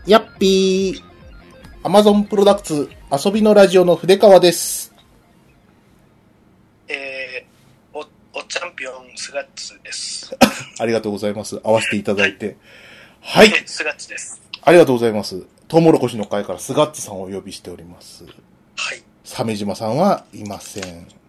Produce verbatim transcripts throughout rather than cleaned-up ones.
やっぴー。アマゾンプロダクツ遊びのラジオの筆川です。 えー、お、おチャンピオンスガッツです。 ありがとうございます。合わせていただいて。はい。はい、 スガッツです。 ありがとうございます。トウモロコシの会からスガッツさんをお呼びしております。 はい。 鮫島さんはいません。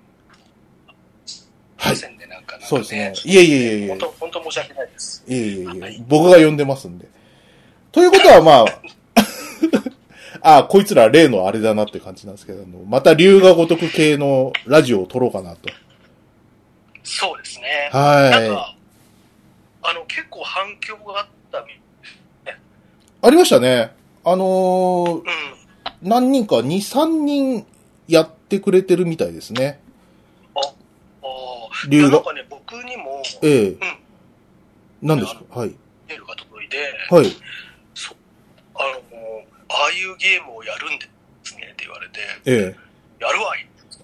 はい。ね、なんかなんかね、 そうですね。いえいえいえいえ。 本当、本当申し訳ないです。 いえいえいえ、はい、僕が呼んでますんで。ということはまあ、ああ、こいつら例のあれだなって感じなんですけど、また龍が如く系のラジオを撮ろうかなと。 そうですね。 はい。 なんか、あの、結構反響があったみ、ね、 ありましたね。あのー、 うん。 何人か、に、さんにんやってくれてるみたいですね。 あ、ああ。龍が。なんかね、僕にも、 ええ。 うん。 何ですか？はい。 メールが届いて、 はい。 そう。あの、ああいうゲームをやるんですねって言われて、 ええ。やるわい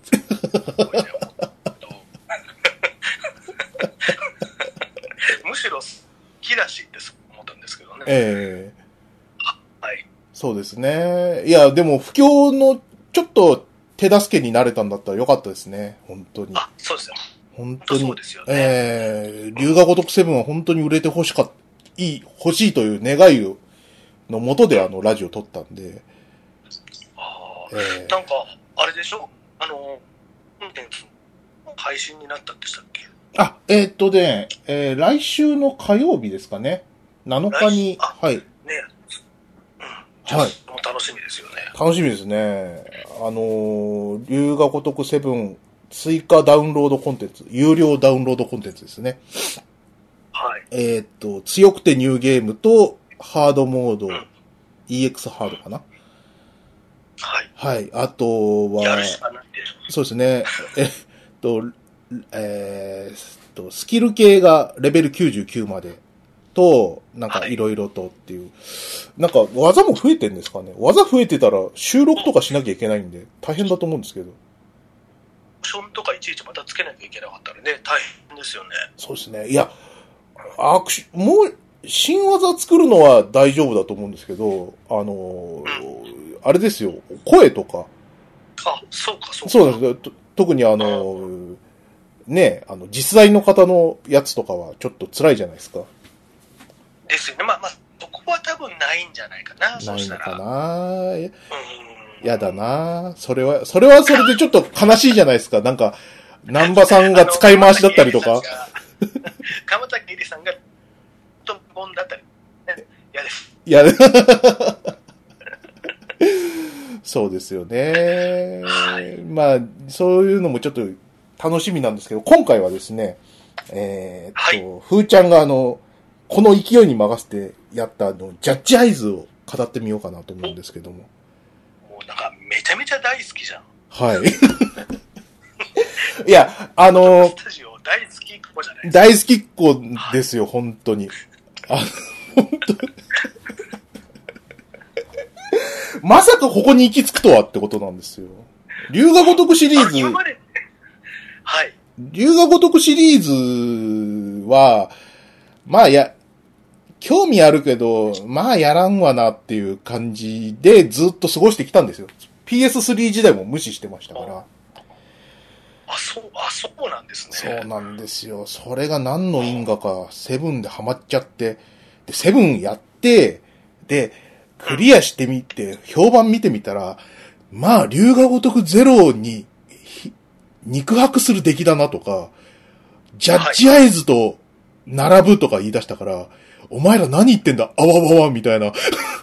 むしろ好きだしって思ったんですけどね。 ええ。 はい。 そうですね。いや、でも、不況のちょっと手助けになれたんだったらよかったですね。本当に。 あ、そうですよ。 本当に。 そうですよね。 ええー、龍が如くセブンは本当に売れて欲しかった、いい、欲しいという願いのもとであの、ラジオ撮ったんで。 ああ、えー、なんか、あれでしょ？あの、コンテンツ配信になったんでしたっけ？ あ、えー、っとね、えー、来週の火曜日ですかね。なのかに、はい。ね。 うん。はい。もう楽しみですよね。 楽しみですね。あのー、龍が如くセブン追加ダウンロードコンテンツ、有料ダウンロードコンテンツですね。 はい。 えー、っと、強くてニューゲームとハードモード、うん、イーエックス ハードかな。 はい。 はい。あとは、 やるしかないでしょ。 そうですね。えっと、えー、と、スキル系がレベルきゅうじゅうきゅうまでと、なんかいろいろとっていう、はい、なんか技も増えてんですかね。技増えてたら収録とかしなきゃいけないんで大変だと思うんですけど。 オプションとかいちいちまたつけなきゃいけなかったらね、大変ですよね。 そうですね。いや、アクシもう、新技作るのは大丈夫だと思うんですけど、あの、うん、あれですよ、声とか。 あ、そうか、そうか。 そうなんですよ。特にあの、うん、ね、あの、実在の方のやつとかはちょっと辛いじゃないですか。 ですよね。まあまあ、そこは多分ないんじゃないかな、 ないのかな。 うん。 やだな。それは、それはそれでちょっと悲しいじゃないですか。なんか、南波さんが使い回しだったりとか。 鎌田恵里さんが、トボンだったり。嫌です。 いや、そうですよね。はい、まあ、そういうのもちょっと楽しみなんですけど、今回はですね、えー、っと、はい、ふーちゃんがあの、この勢いに任せてやったあの、ジャッジアイズを語ってみようかなと思うんですけども。 もうなんか、めちゃめちゃ大好きじゃん。 はい。いや、あの、 スタジオ大好きっ子じゃない大好きっ子ですよ、はい、本当に。あの、本当に。まさかここに行き着くとはってことなんですよ。龍が如くシリーズ。 はい。 龍が如くシリーズは、まあや、興味あるけど、まあやらんわなっていう感じでずっと過ごしてきたんですよ。ピーエススリー 時代も無視してましたから。 あ、そう、あ、そうなんですね。 そうなんですよ。それが何の因果か、セブンでハマっちゃって、で、セブンやって、で、クリアしてみて、評判見てみたら、まあ、龍が如くゼロに肉薄する出来だなとか、ジャッジアイズと並ぶとか言い出したから、お前ら何言ってんだあわわわみたいな。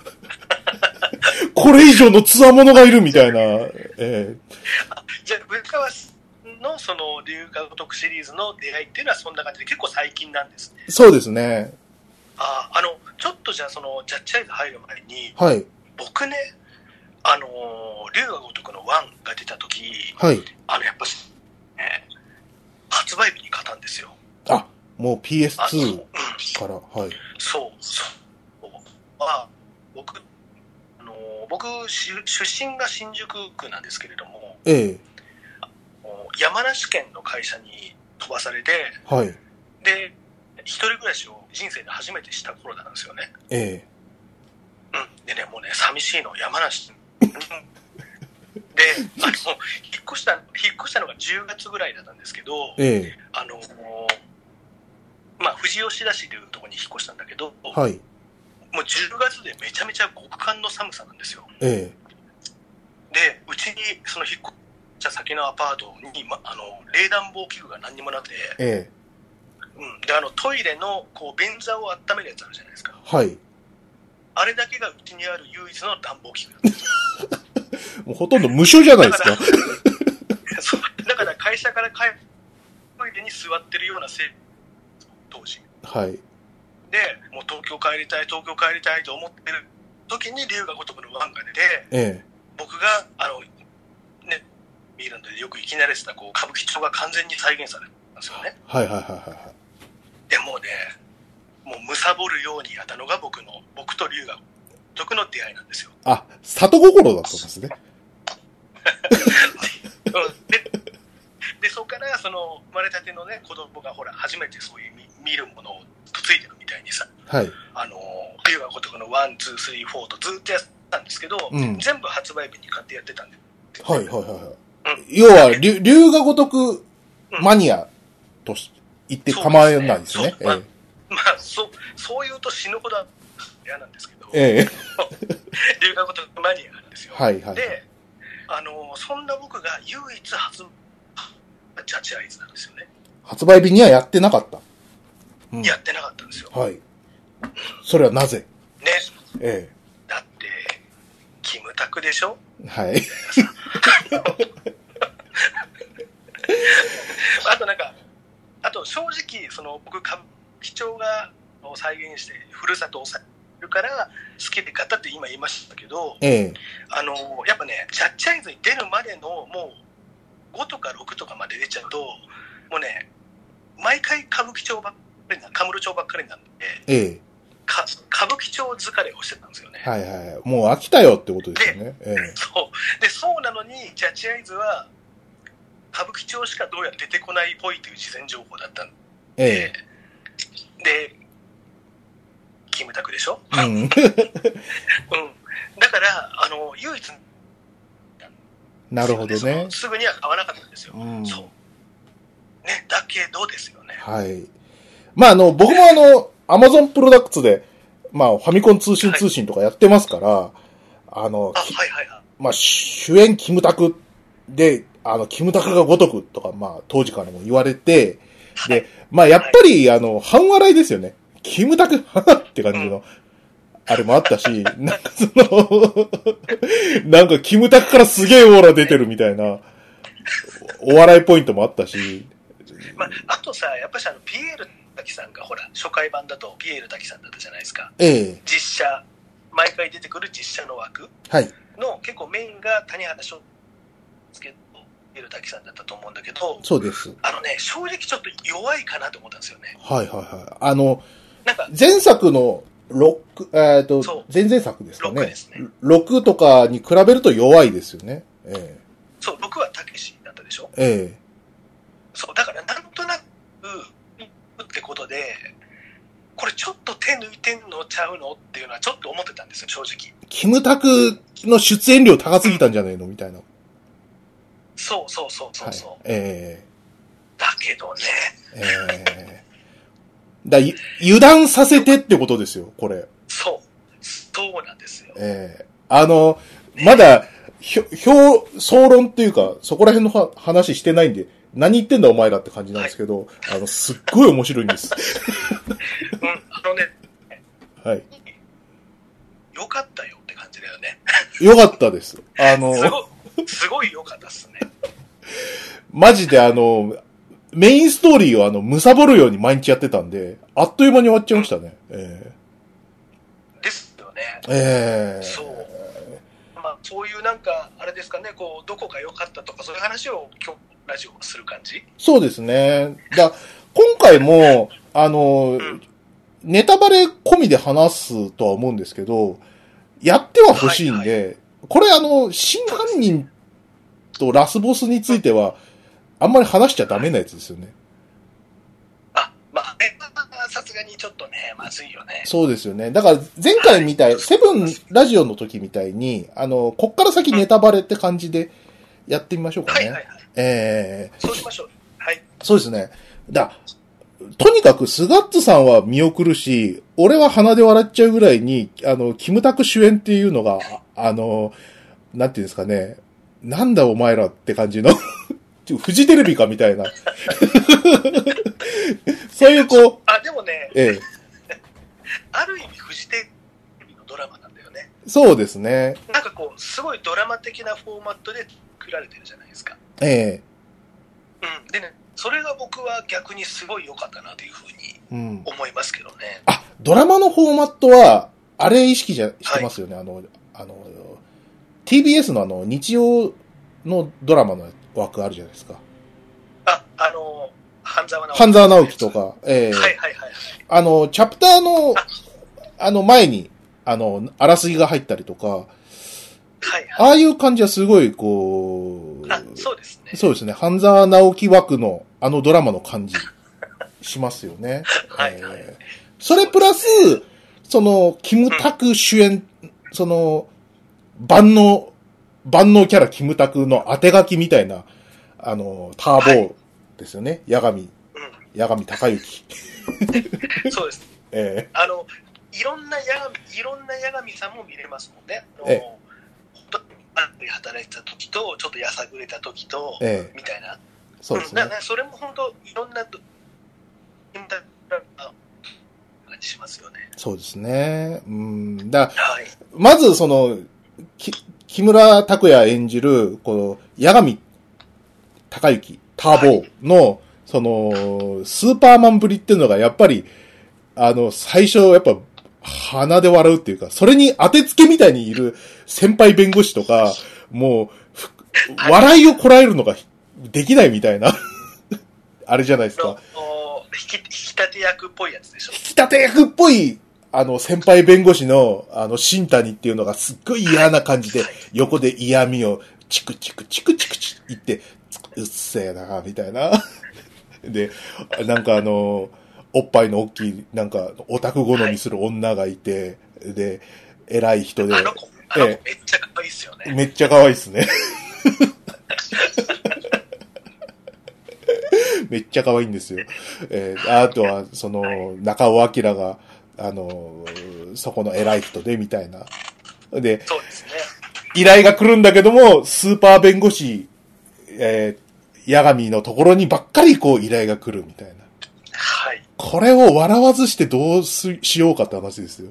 これ以上の強者がいるみたいな。ええ、じゃあ、文川のその龍が如くシリーズの出会いっていうのはそんな感じで結構最近なんですね。 そうですね。 ああ、あの、ちょっとじゃあそのジャッジアイズ入る前に、 はい。 僕ね、あの、龍が如くのワンが出た時、 はい。 あの、やっぱ、ね、発売日に買ったんですよ。 あ、もう ピーエスツー から、はい。 そう、そう。まあ、僕、あの、僕、出身が新宿区なんですけれども、 ええ。 山梨県の会社に飛ばされて、 はい。 で、一人暮らしを人生で初めてした頃なんですよね。 ええ。 うん。 でね、もうね、寂しいの、山梨。で、あの、引っ越した、引っ越したのがじゅうがつぐらいだったんですけど、 ええ、 あの、まあ、富士吉田市というところに引っ越したんだけど、 はい。 もうじゅうがつでめちゃめちゃ極寒の寒さなんですよ。 ええ。で、うちにその引っ越した先のアパートに、ま、あの、冷暖房器具が何にもなくて、 え、ええ。うん。で、あの、トイレの、こう、便座を温めるやつあるじゃないですか。 え、はい。 あれだけがうちにある唯一の暖房器具なんですよ。 もうほとんど無償じゃないですか。 だからそうだから会社から帰るトイレに座ってるようなせ当時。 はい。 で、もう東京帰りたい、東京帰りたいと思ってる時に龍が如くのワンが出て、 ええ、 僕が、あの、ね、ミーランドでよく生き慣れてたこう歌舞伎町が完全に再現されたんですよね。 はいはいはいはいはい。 でもうね、もう貪るようにやったのが僕の、僕と龍が如くの出会いなんですよ。 あ、里心だったんですね。 うん、ででそこからその生まれたてのね子供がほら初めてそういう 見, 見るものをくっついてるみたいにさ、 はい。 あの龍が如くのワンツースリーフォーとずっとやってたんですけど、うん、全部発売日に買ってやってたんで、 はいはいはいはい。うん、要は龍龍が如くマニアと言って構わないんですね。 まあ、まあ、そうそう言うと死ぬほど嫌なんですけど、 ええ、 龍が如くマニアなんですよ。 はいはい。 で、あのそんな僕が唯一発ジャッジアイズなんですよね。 発売日にはやってなかった。 うん、やってなかったんですよ。 はい。それはなぜ？ ね。 ええ。 だって、キムタクでしょ？ はい。 あとなんか、あと正直、その僕、歌舞伎町がを再現して、ふるさとを再現するから好きで買ったって今言いましたけど、 ええ。 あの、やっぱね、ジャッジアイズに出るまでのもう、ごとかろくとかまで出ちゃうと、もうね、毎回歌舞伎町ばっかりな、カムロ町ばっかりなんで、ええ、か歌舞伎町疲れをしてたんですよね。 はいはい。もう飽きたよってことですよね。ええ、 そう。で、そうなのに、ジャッジアイズは、歌舞伎町しかどうやら出てこないっぽいという事前情報だったんで、ええ、で、キムタクでしょ？うん。うん。だから、あの、唯一、 なるほどね。 すぐには買わなかったんですよ。うん、そう。ね、だけどですよね。 はい。まあ、あの、僕もあの、アマゾンプロダクツで、まあ、ファミコン通信通信とかやってますから、はい、あの、あ、 はいはいはい。 まあ、主演キムタクで、あの、キムタクが如くとか、まあ、当時からも言われて、で、はい、まあ、やっぱり、あの、半笑いですよね。キムタク、ははって感じの。うん、あれもあったし、なんかその、なんかキムタクからすげえオーラ出てるみたいな、お笑いポイントもあったし。 まあ、あとさ、やっぱしあの、ピエール滝さんがほら、初回版だとピエール滝さんだったじゃないですか。 ええ。 実写、毎回出てくる実写の枠の結構メインが谷原章介とピエール滝さんだったと思うんだけど、 そうです。 あのね、正直ちょっと弱いかなと思ったんですよね。 はいはいはい。あの、 なんか前作のロック、えっと、前々作ですかね。 ろくですね。 ろくとかに比べると弱いですよね。ええ。 そう、ろくはたけしだったでしょ。 ええ。 そう、だからなんとなく、ってことで、これちょっと手抜いてんのちゃうのっていうのはちょっと思ってたんですよ、正直。 キムタクの出演料高すぎたんじゃないのみたいな。 そうそうそうそうそう。はい、 ええー。だけどね。 ええー。だ、油断させてってことですよ、これ。 そう。そうなんですよ。 ええー。あの、ね、まだ、ひょ、表、総論っていうか、そこら辺の話してないんで、何言ってんだお前らって感じなんですけど、はい、あの、すっごい面白いんです。 うん、あのね。 はい。 よかったよって感じだよね。 よかったです。あの、 すごい、すごいよかったっすね。 マジであの、メインストーリーをあの、貪るように毎日やってたんで、あっという間に終わっちゃいましたね。うん、えー、ですよね。 ええー。 そう。まあ、そういうなんか、あれですかね、こう、どこが良かったとか、そういう話を今日、ラジオする感じ？ そうですね。だ今回も、あの、うん、ネタバレ込みで話すとは思うんですけど、やっては欲しいんで、はいはい、これあの、真犯人とラスボスについては、あんまり話しちゃダメなやつですよね。 あ、まあ、え、さすすがにちょっとね、まずいよね。 そうですよね。だから前回みたい、セブンラジオの時みたいに、あの、こっから先ネタバレって感じでやってみましょうかね。 はいはいはい。 ええー。 そうしましょう。はい。 そうですね。だ、とにかくスガッツさんは見送るし、俺は鼻で笑っちゃうぐらいに、あの、キムタク主演っていうのが、あの、なんていうんですかね、なんだお前らって感じの、フジテレビかみたいな。そういうこう。 あ、でもね、 ええ、 ある意味フジテレビのドラマなんだよね。 そうですね。 なんかこう、すごいドラマ的なフォーマットで作られてるじゃないですか。 ええ。 うん。でね、それが僕は逆にすごい良かったなというふうに思いますけどね。 うん、あ、ドラマのフォーマットは、あれ意識じゃ、してますよね。はい、あの、あの、ティービーエス のあの、日曜のドラマの枠あるじゃないですか。 あ、あの、半沢直樹。 半沢直樹とか、ええー。 はいはいはい、はい。 あの、チャプターの、あ, あの前に、あの、あらすぎが入ったりとか、はいはい、 ああいう感じはすごい、こう、 あ、そうですね。 そうですね。半沢直樹枠のあのドラマの感じしますよね。 はい、はい、 えー。それプラス、その、キムタク主演、うん、その、万能、万能キャラキムタクの当て書きみたいな、あの、ターボですよね。八神、うん、八神隆之。 そうです。 えー、あの、いろんな八神、いろんな八神さんも見れますもんね。あの、 えー、 本当に働いてた時と、ちょっとやさぐれた時と、 えー、 みたいな。 そうですね。 うん、だからそれも本当、いろんな、感じしますよね。 そうですね。うん。だ、 はい、 まずその、き木村拓哉演じる、この、八神隆之、ターボーの、はい、その、スーパーマンぶりっていうのが、やっぱり、あの、最初、やっぱ、鼻で笑うっていうか、それに当てつけみたいにいる先輩弁護士とか、もう、はい、笑いをこらえるのができないみたいな、あれじゃないですか。 引き、引き立て役っぽいやつでしょ。 引き立て役っぽい、あの、先輩弁護士の、あの、新谷っていうのがすっごい嫌な感じで、横で嫌味を、チクチクチクチクチク言って、うっせえな、みたいな。で、なんかあの、おっぱいの大きい、なんか、オタク好みする女がいて、はい、で、偉い人で。 あの子、あの子めっちゃ可愛いっすよね。 めっちゃ可愛いっすね。めっちゃ可愛いんですよ。えー、あとは、その、中尾明が、あの、そこの偉い人で、みたいな。で、 そうですね。 依頼が来るんだけども、スーパー弁護士、えー、八神のところにばっかりこう依頼が来るみたいな。 はい。 これを笑わずしてどうしようかって話ですよ。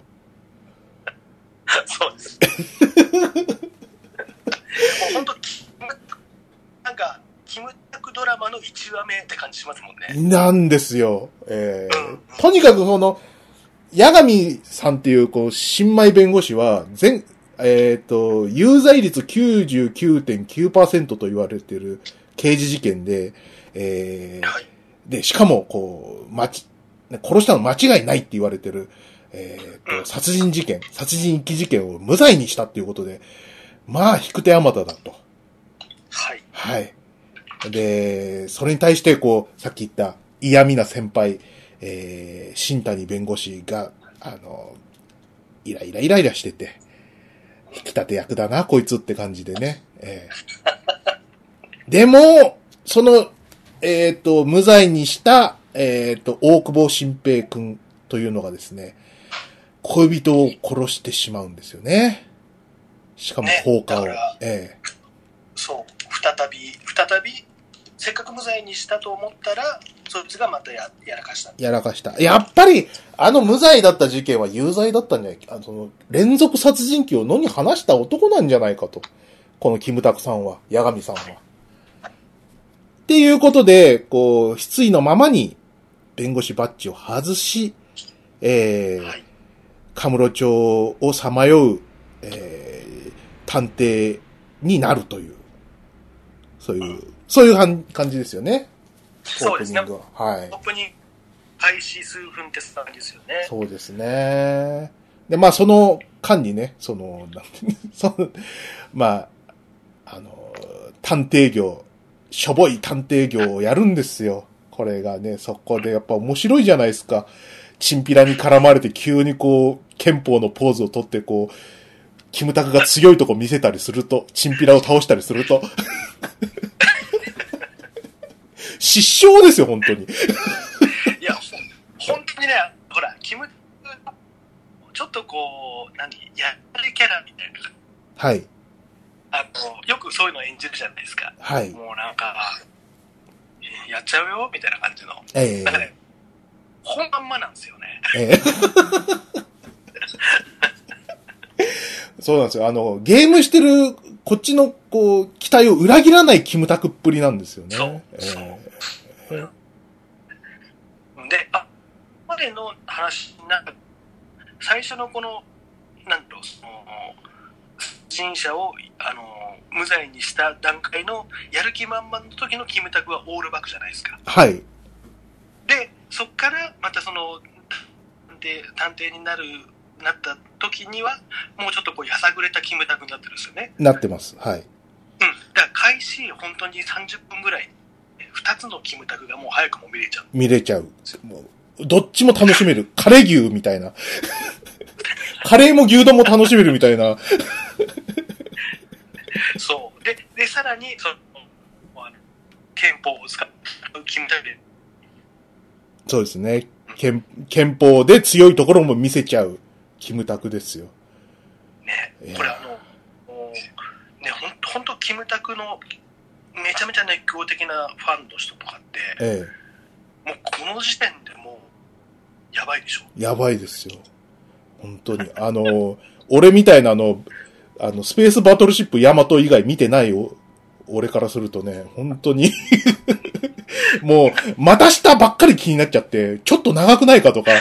そうです。もう本当、なんか、キムタクドラマの一話目って感じしますもんね。 なんですよ。えーうん、とにかくその、八神さんっていう、こう、新米弁護士は、全、えっと、有罪率 きゅうじゅうきゅうてんきゅうパーセント と言われている刑事事件で、えーはい、で、しかも、こう、まち、殺したの間違いないって言われてる、えっと、うん、殺人事件、殺人遺棄事件を無罪にしたっていうことで、まあ、引く手あまただと。 はい。 はい。で、それに対して、こう、さっき言った、嫌味な先輩、えー、新谷弁護士が、あの、イライライライラしてて、引き立て役だな、こいつって感じでね。えー、でも、その、えっと、無罪にした、えっと、大久保新平くんというのがですね、恋人を殺してしまうんですよね。しかも放火を。ね、ええ。 そう、再び、再び、せっかく無罪にしたと思ったら、そいつがまた や, やらかした。 やらかした。やっぱり、あの無罪だった事件は有罪だったんじゃないあの、その連続殺人鬼を野に放した男なんじゃないかと。このキムタクさんは、八神さんは。っていうことで、こう、失意のままに、弁護士バッジを外し、えー、はい、カムロ町をさまよう、えー、探偵になるという、そういう、うん、そういう感じですよね。 そうですね。はい。 オープニング開始数分って感じですよね。 そうですね。で、まあ、その間にね、その、そのまあ、あの、探偵業、しょぼい探偵業をやるんですよ。これがね、そこでやっぱ面白いじゃないですか。 チンピラに絡まれて急にこう、憲法のポーズをとってこう、キムタクが強いとこ見せたりすると、チンピラを倒したりすると、失笑ですよ、本当に。 いや、ほ本当にね、ほら、キム、ちょっとこう、何、やりキャラみたいな。 はい。 あの、よくそういうの演じるじゃないですか。 はい。 もうなんか、やっちゃうよみたいな感じの。 ええー。 だからね、本まんまなんですよね。ええー。 そうなんですよ。あの、ゲームしてる、こっちの、こう、期待を裏切らないキムタクっぷりなんですよね。 そう。 えー、 そう。で、あ、までの話、なんか、最初のこの、なんと、その、不審者を、あの、無罪にした段階の、やる気満々の時のキムタクはオールバックじゃないですか。 はい。 で、そっから、またその、で、探偵になる、なった時には、もうちょっとこう、やさぐれたキムタクになってるんですよね。 なってます。はい。うん。 だから、開始、本当にさんじゅっぷんぐらい、二つのキムタクがもう早くも見れちゃう。 見れちゃう。もうどっちも楽しめる。カレー牛みたいな。カレーも牛丼も楽しめるみたいな。 そう。で、で、さらに、その、憲法を使うキムタクで。 そうですね。憲、憲法で強いところも見せちゃうキムタクですよ。 ね、これあの、ね、ほん、ほんとキムタクのめちゃめちゃ熱狂的なファンの人とかって、ええ、もうこの時点でもう、やばいでしょ。 やばいですよ。本当に。あの、俺みたいなあの、あの、スペースバトルシップヤマト以外見てないよ。俺からするとね、本当に。もう、また下ばっかり気になっちゃって、ちょっと長くないかとか。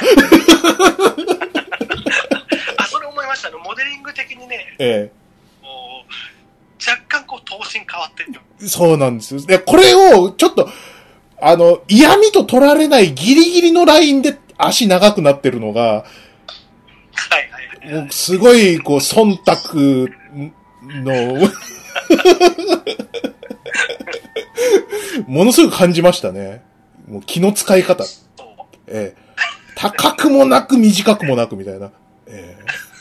あ、それ思いました。あの、モデリング的にね、 ええ、 もう若干こう、頭身変わってるよ。 そうなんですよ。で、これを、ちょっと、あの、嫌味と取られないギリギリのラインで足長くなってるのが、 はいはいはい、 もうすごい、こう、忖度の、ものすごく感じましたね。もう気の使い方。ええ、高くもなく短くもなくみたいな。え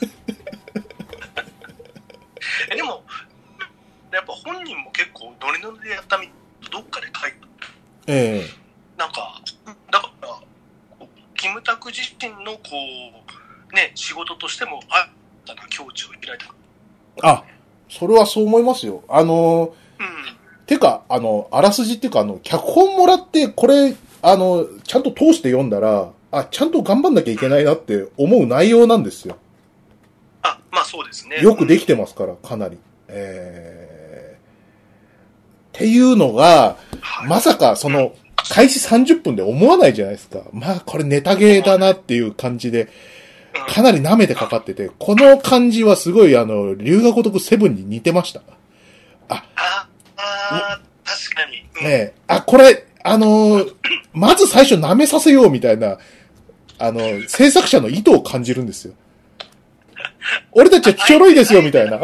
え、でも、やっぱ本人も結構ノリノリでやったみ、どっかで書いた。 ええ。 なんか、だから、キムタク自身のこう、ね、仕事としても、あったな境地を開いた。 あ、それはそう思いますよ。あの、 うん。 てか、あの、あらすじっていうか、あの、脚本もらって、これ、あの、ちゃんと通して読んだら、あ、ちゃんと頑張んなきゃいけないなって思う内容なんですよ。 あ、まあそうですね。 よくできてますから、かなり。えー、っていうのが、はい、まさか、その、開始さんじゅっぷんで思わないじゃないですか。まあ、これネタゲーだなっていう感じで、かなり舐めてかかってて、この感じはすごい、あの、龍が如くセブンに似てました。 あ、あ、あ確かに。 うん、ねえ、あ、これ、あのー、まず最初舐めさせようみたいな、あの、制作者の意図を感じるんですよ。俺たちはちょろいですよ、みたいな。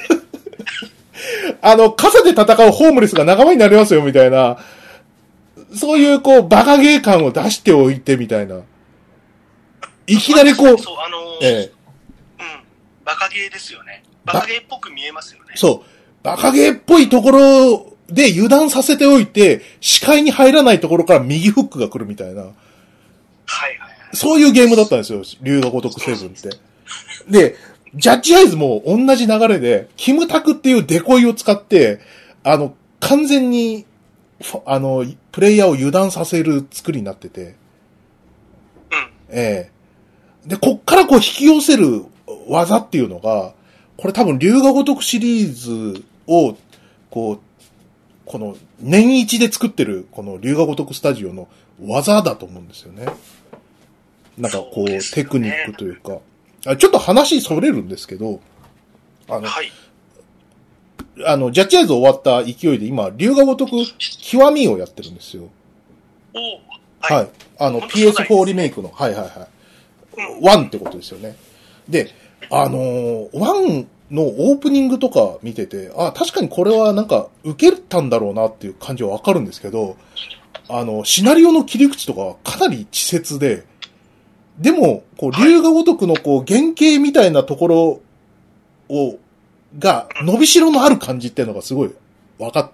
あの、傘で戦うホームレスが仲間になりますよ、みたいな。そういう、こう、バカゲー感を出しておいて、みたいな。いきなりこう、 そう、あのー、 ええ、 うん、バカゲーですよね。バカゲーっぽく見えますよね。 そう。バカゲーっぽいところで油断させておいて、視界に入らないところから右フックが来るみたいな。 はいはいはい。 そういうゲームだったんですよ、龍が如くセブンって。で、ジャッジアイズも同じ流れで、キムタクっていうデコイを使って、あの、完全に、あの、プレイヤーを油断させる作りになってて。 うん。 ええ。で、こっからこう引き寄せる技っていうのが、これ多分龍が如くシリーズを、こう、この年一で作ってる、この龍が如くスタジオの技だと思うんですよね。なんかこう、ね、テクニックというか。あ、ちょっと話それるんですけど、あの、はい、あの、ジャッジアイズ終わった勢いで今、龍が如く極みをやってるんですよ。 おはい、はい。あの、ピーエスフォー リメイクの、はいはいはい。ワンってことですよね。で、あのー、ワンのオープニングとか見てて、あ、確かにこれはなんか受けたんだろうなっていう感じはわかるんですけど、あの、シナリオの切り口とかはかなり稚拙で、 でも、こう、龍が如くのこう、原型みたいなところを、が、伸びしろのある感じっていうのがすごい分かって。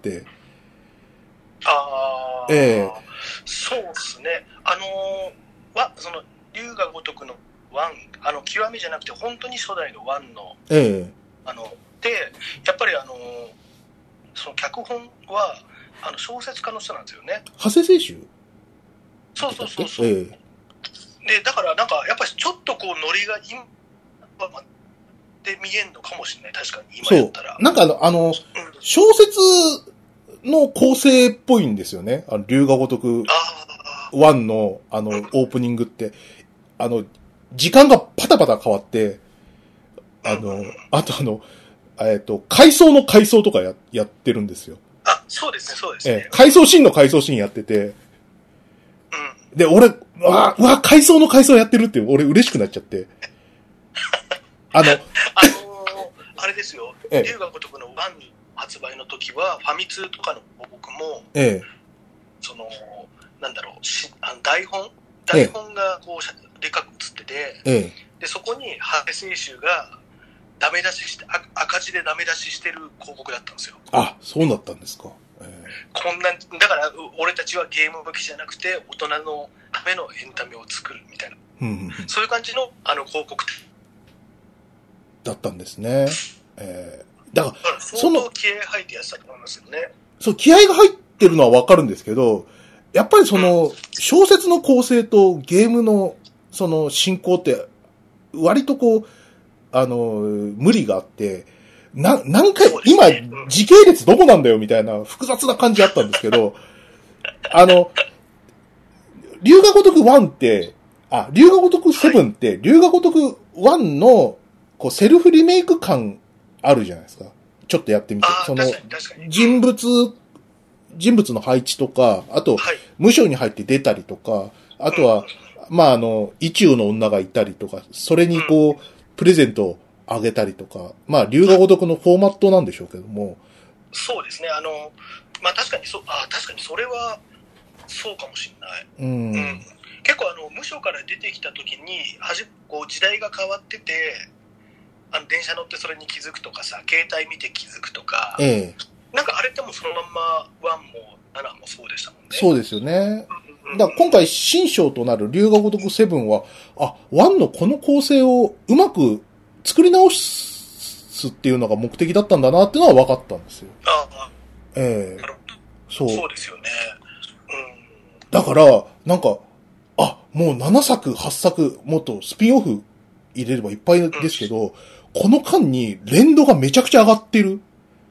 ああ。 ええ。 そうですね。あのー、わ、その、龍が如くのワン、あの、極みじゃなくて、本当に初代のワンの、 ええ。 あの、で、やっぱりあのー、その脚本は、あの、小説家の人なんですよね。 長谷清舟？ そうそうそうそう。 ええ。 で、だからなんか、やっぱりちょっとこう、ノリが今は、で見えんのかもしれない。確かに、今やったら。 そう。なんかあの、あの、うん、小説の構成っぽいんですよね。あの、龍が如くワンの、あの、オープニングって。あの、時間がパタパタ変わって、あの、うん、あとあの、えっと、回想の回想とかや、やってるんですよ。 あ、そうですね、そうですね。 ええ、回想シーンの回想シーンやってて、 うん。 で、俺、うわ、うわ、回想の回想やってるって、俺嬉しくなっちゃって。あの、あのー、 あれですよ、龍が如くのワン発売の時は、ファミ通とかの僕も、 ええ、 その、なんだろう、しあの台本台本がこう、でかく映ってて、 ええ、で、 そこに、長谷清舟が、ダメ出しして、赤字でダメ出ししてる広告だったんですよ。 あ、そうだったんですか。えー、こんな、だから、俺たちはゲーム向きじゃなくて、大人のためのエンタメを作るみたいな。 うんうんうん、 そういう感じの、あの、広告だったんですね。えー、だから、 その、相当気合が入ってやってたと思いますよね。 そう、気合が入ってるのはわかるんですけど、やっぱりその、うん、小説の構成とゲームの、その、進行って、割とこう、あの、無理があって、な、何回、ね、今、時系列どこなんだよみたいな複雑な感じあったんですけど、あの、龍が如くワンって、あ、龍が如くセブンって、龍が如くワンの、こう、セルフリメイク感あるじゃないですか。ちょっとやってみて。その、人物、人物の配置とか、あと、はい、無償に入って出たりとか、あとは、うん、まあ、あの、意中の女がいたりとか、それにこう、うん、プレゼントをあげたりとか、まあ、龍が如くのフォーマットなんでしょうけども。 そうですね。あの、まあ、確かにそ、あ、確かにそれは、そうかもしれない。うん。うん、結構あの、無償から出てきた時に、はじ、こう、時代が変わってて、あの、電車乗ってそれに気づくとかさ、携帯見て気づくとか、 ええ。 なんかあれってもそのまんま、ワンもナナもそうでしたもんね。 そうですよね。だから今回新章となる龍が如くセブンは、あ、ワンのこの構成をうまく作り直すっていうのが目的だったんだなっていうのは分かったんですよ。 ああ。 ええー。そう。 そうですよね。 うん。だから、なんか、あ、もうななさく、はっさく、もっとスピンオフ入れればいっぱいですけど、うん、この間に連動がめちゃくちゃ上がってる。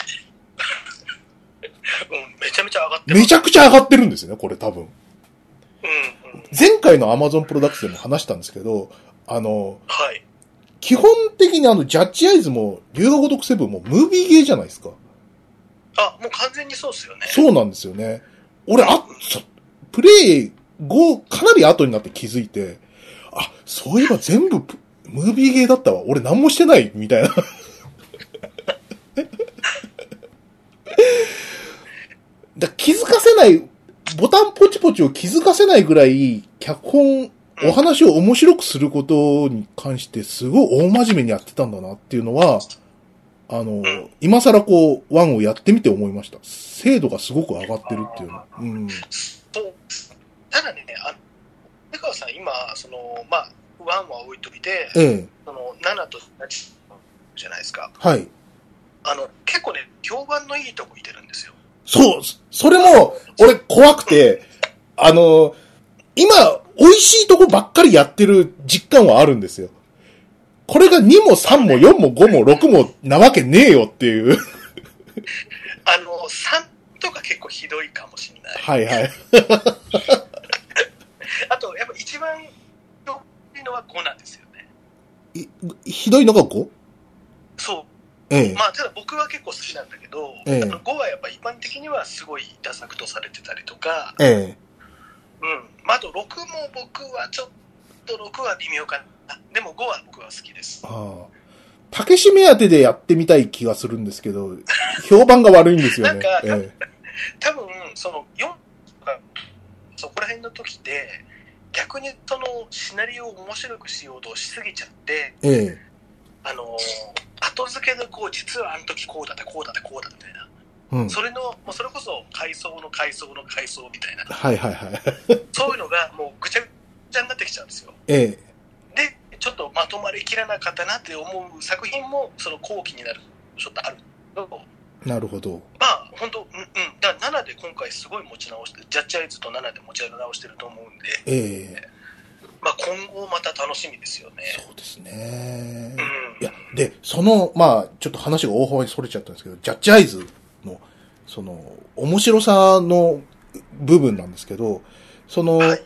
うん、めちゃめちゃ上がってる。 めちゃくちゃ上がってるんですよね、これ多分。 うん、うん。 前回の Amazon プロダクツでも話したんですけど、あの、 はい。 基本的にあの、ジャッジアイズも、龍が如くセブンもムービーゲーじゃないですか。 あ、もう完全にそうですよね。 そうなんですよね。俺、あ、プレイ後、かなり後になって気づいて、あ、そういえば全部、ムービーゲーだったわ。俺何もしてない、みたいな。だ気づかせない、ボタンポチポチを気づかせないぐらい、脚本、お話を面白くすることに関してすごい大真面目にやってたんだなっていうのは、あの、今更こう、ワンをやってみて思いました。精度がすごく上がってるっていうの。うん。 そう。ただね、あの、江川さん今、その、まあ、ワンは置いといて、 ええ、 その、ななとはちじゃないですか。 はい。 あの、結構ね、評判のいいとこいてるんですよ。 そう、それも、俺怖くて、あの、今、美味しいとこばっかりやってる実感はあるんですよ。これがにもさんもよんもごもろくもなわけねえよっていう。 あの、さんとか結構ひどいかもしれない。 はいはい。 あと、やっぱ一番ひどいのはごなんですよね。 いひどいのが ご？ そう。ええ、 まあ、ただ僕は結構好きなんだけど、ええ、ごはやっぱ一般的にはすごいダ作とされてたりとか、 ええ、 うん。まあ、あとろくも僕はちょっとろくは微妙かな。でもごは僕は好きです。 ああ。たけし目当てでやってみたい気がするんですけど、評判が悪いんですよね。 なんか、 ええ、 多分、そのよんとか、そこら辺の時って、逆逆にそのシナリオを面白くしようとしすぎちゃって、 ええ、 あの後付けでこう実はあの時こうだったこうだったこうだったみたいな、うん、それのもうそれこそ階層の階層の階層みたいな、 はいはいはい、 そういうのがもうぐちゃぐちゃになってきちゃうんですよ。 ええ、 でちょっとまとまりきらなかったなって思う作品もその後期になるちょっとあると。 なるほど。 まあ本当、うんうん、だからななで今回すごい持ち直してジャッジアイズとななで持ち直してると思うんで、 ええ、 まあ今後また楽しみですよね。 そうですね。 うん、 いやでそのまあちょっと話が大幅にそれちゃったんですけど、ジャッジアイズのその面白さの部分なんですけど、その、はい、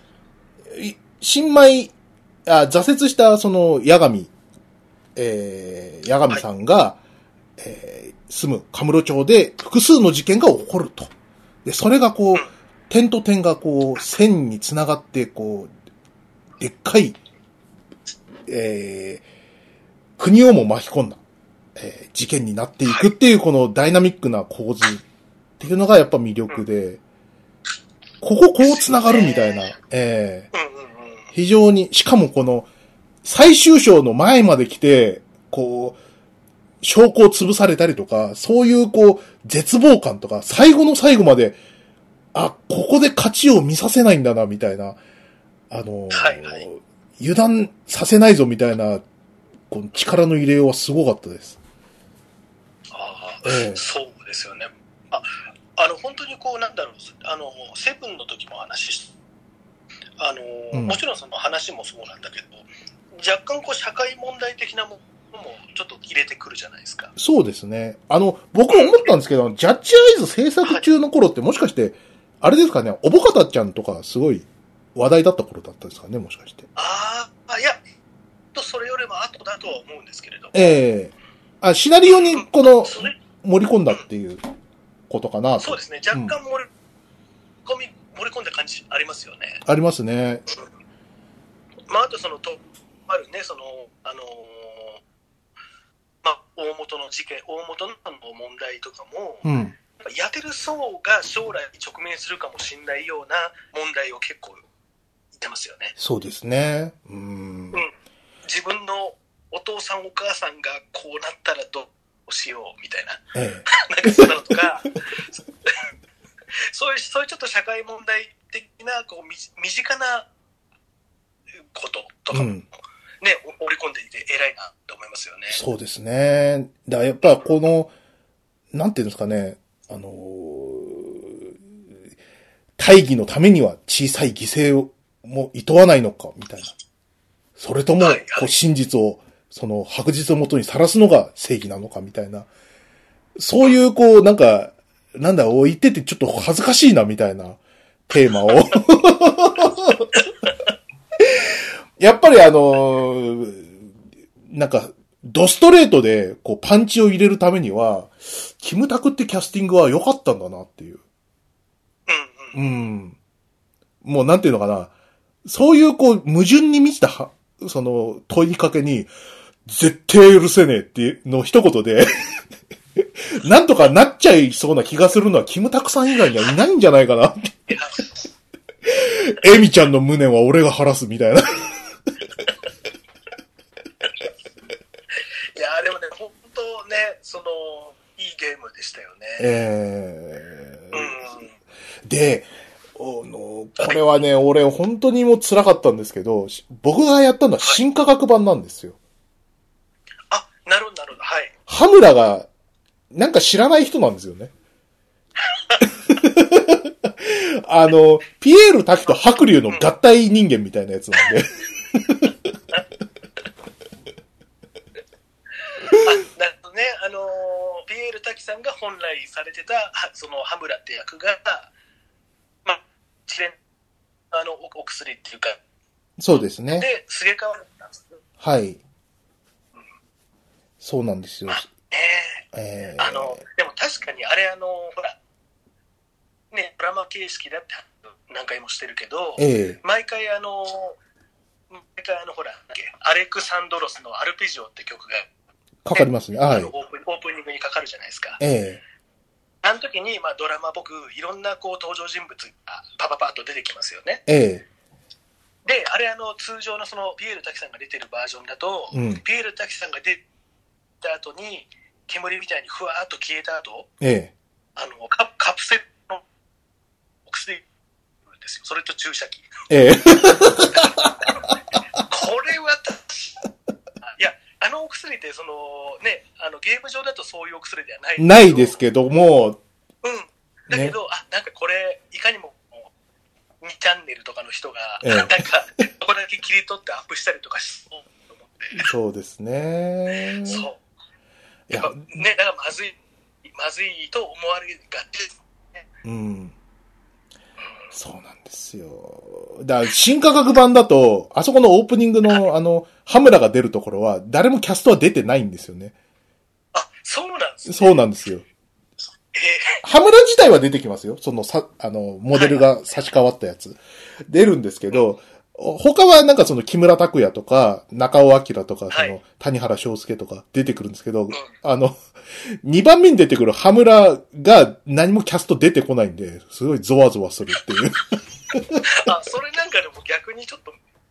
新米あ挫折したその八神、えー、八神さんが、はい、えー、住むカムロ町で複数の事件が起こると。で、それがこう、点と点がこう、線につながって、こう、でっかい、えー、国をも巻き込んだ、えー、事件になっていくっていうこのダイナミックな構図っていうのがやっぱ魅力で、こここうつながるみたいな、えー、非常に、しかもこの、最終章の前まで来て、こう、証拠を潰されたりとか、そういうこう、絶望感とか、最後の最後まで、あ、ここで勝ちを見させないんだな、みたいな、あの、はいはい、油断させないぞ、みたいな、この力の入れようはすごかったです。 ああ、ええ、そうですよね。あ、あの、本当にこう、なんだろう、あの、セブンの時も話し、あの、うん、もちろんその話もそうなんだけど、若干こう社会問題的なものもちょっと入れてくるじゃないですか。 そうですね。あの、僕思ったんですけど、ジャッジアイズ制作中の頃ってもしかして、あれですかね、おぼかたちゃんとかすごい話題だった頃だったんですかね、もしかして。 ああ、いや、とそれよりも後だとは思うんですけれども。 ええー、あ、シナリオにこの、盛り込んだっていうことかなと。 そうですね、若干盛り込み、うん、盛り込んだ感じありますよね。 ありますね。 まあ、あとその、と、あるね、その、あのー、まあ、大元の事件、大元の問題とかも、うん、やってる層が将来直面するかもしれないような問題を結構言ってますよね。 そうですね。うーん、 うん。自分のお父さんお母さんがこうなったらどうしようみたいな。ええ、なんかそんなのとか、そういう、そういうちょっと社会問題的な、こう、身近なこととかも、うんね、織り込んでいて偉いなと思いますよね。 そうですね。だからやっぱこの、なんていうんですかね、あのー、大義のためには小さい犠牲をも厭わないのか、みたいな。それとも、こう真実を、その白日をもとにさらすのが正義なのか、みたいな。そういう、こう、なんか、なんだ、言っててちょっと恥ずかしいな、みたいなテーマを。やっぱりあのー、なんか、ドストレートで、こう、パンチを入れるためには、キムタクってキャスティングは良かったんだなっていう。うん、うん。うん。もうなんていうのかな。そういうこう、矛盾に満ちた、その、問いかけに、絶対許せねえっていうの一言で、なんとかなっちゃいそうな気がするのは、キムタクさん以外にはいないんじゃないかなって。エミちゃんの無念は俺が晴らすみたいな。いやでもね、本当ね、その、いいゲームでしたよね。 えー、うん、で、あの、これはね、俺本当にもう辛かったんですけど、僕がやったのは新科学版なんですよ。 はい、あ、なるほどなるほど、はい。 羽村が、なんか知らない人なんですよね。あの、ピエール滝と白龍の合体人間みたいなやつなんで。あ、 なるほどね。あの、ピエール滝さんが本来されてた、その羽村って役が、まあ、一連、あの、お薬っていうか、 そうですね。 で、すげ替わったんですね。 はい。うん、そうなんですよ。 えー、えー、あの、でも確かにあれ、あの、ほら、ね、ドラマ形式だって何回もしてるけど、えー、毎回あの、毎回あの、ほら、アレクサンドロスのアルペジオって曲が、ね、 かかりますね。はい。 オープン、オープニングにかかるじゃないですか。 えー、あの時に、まあ、ドラマ僕、いろんなこう登場人物がパパパッと出てきますよね。 えー、 で、あれあの、通常のその、ピエール滝さんが出てるバージョンだと、 うん、 ピエール滝さんが出た後に、煙みたいにふわーっと消えた後、 ええ。 あの、カ, カプセルのお薬ですよ。それと注射器。 ええ。これは、いや、あのお薬ってそのね、あのゲーム上だとそういうお薬ではないないですけども、 うん。だけど、ね、あ、なんかこれ、いかにもにチャンネルとかの人が、ええ、なんか、ここだけ切り取ってアップしたりとかしそうと思って。 そうですね。 そう。やっぱね、だからまずい、まずいと思われがちですね。 うん。そうなんですよ。だから新価格版だと、あそこのオープニングの、はい、あの、羽村が出るところは、誰もキャストは出てないんですよね。 あ、そうなんですね。 そうなんですよ。 えー、 羽村自体は出てきますよ。そのさ、あの、モデルが差し替わったやつ。はい、出るんですけど、うん、他はなんかその木村拓哉とか、中尾明とか、その、谷原章介とか出てくるんですけど、はい、あの、にばんめに出てくる羽村が何もキャスト出てこないんで、すごいゾワゾワするっていう。 あ、それなんかでも逆にちょっと、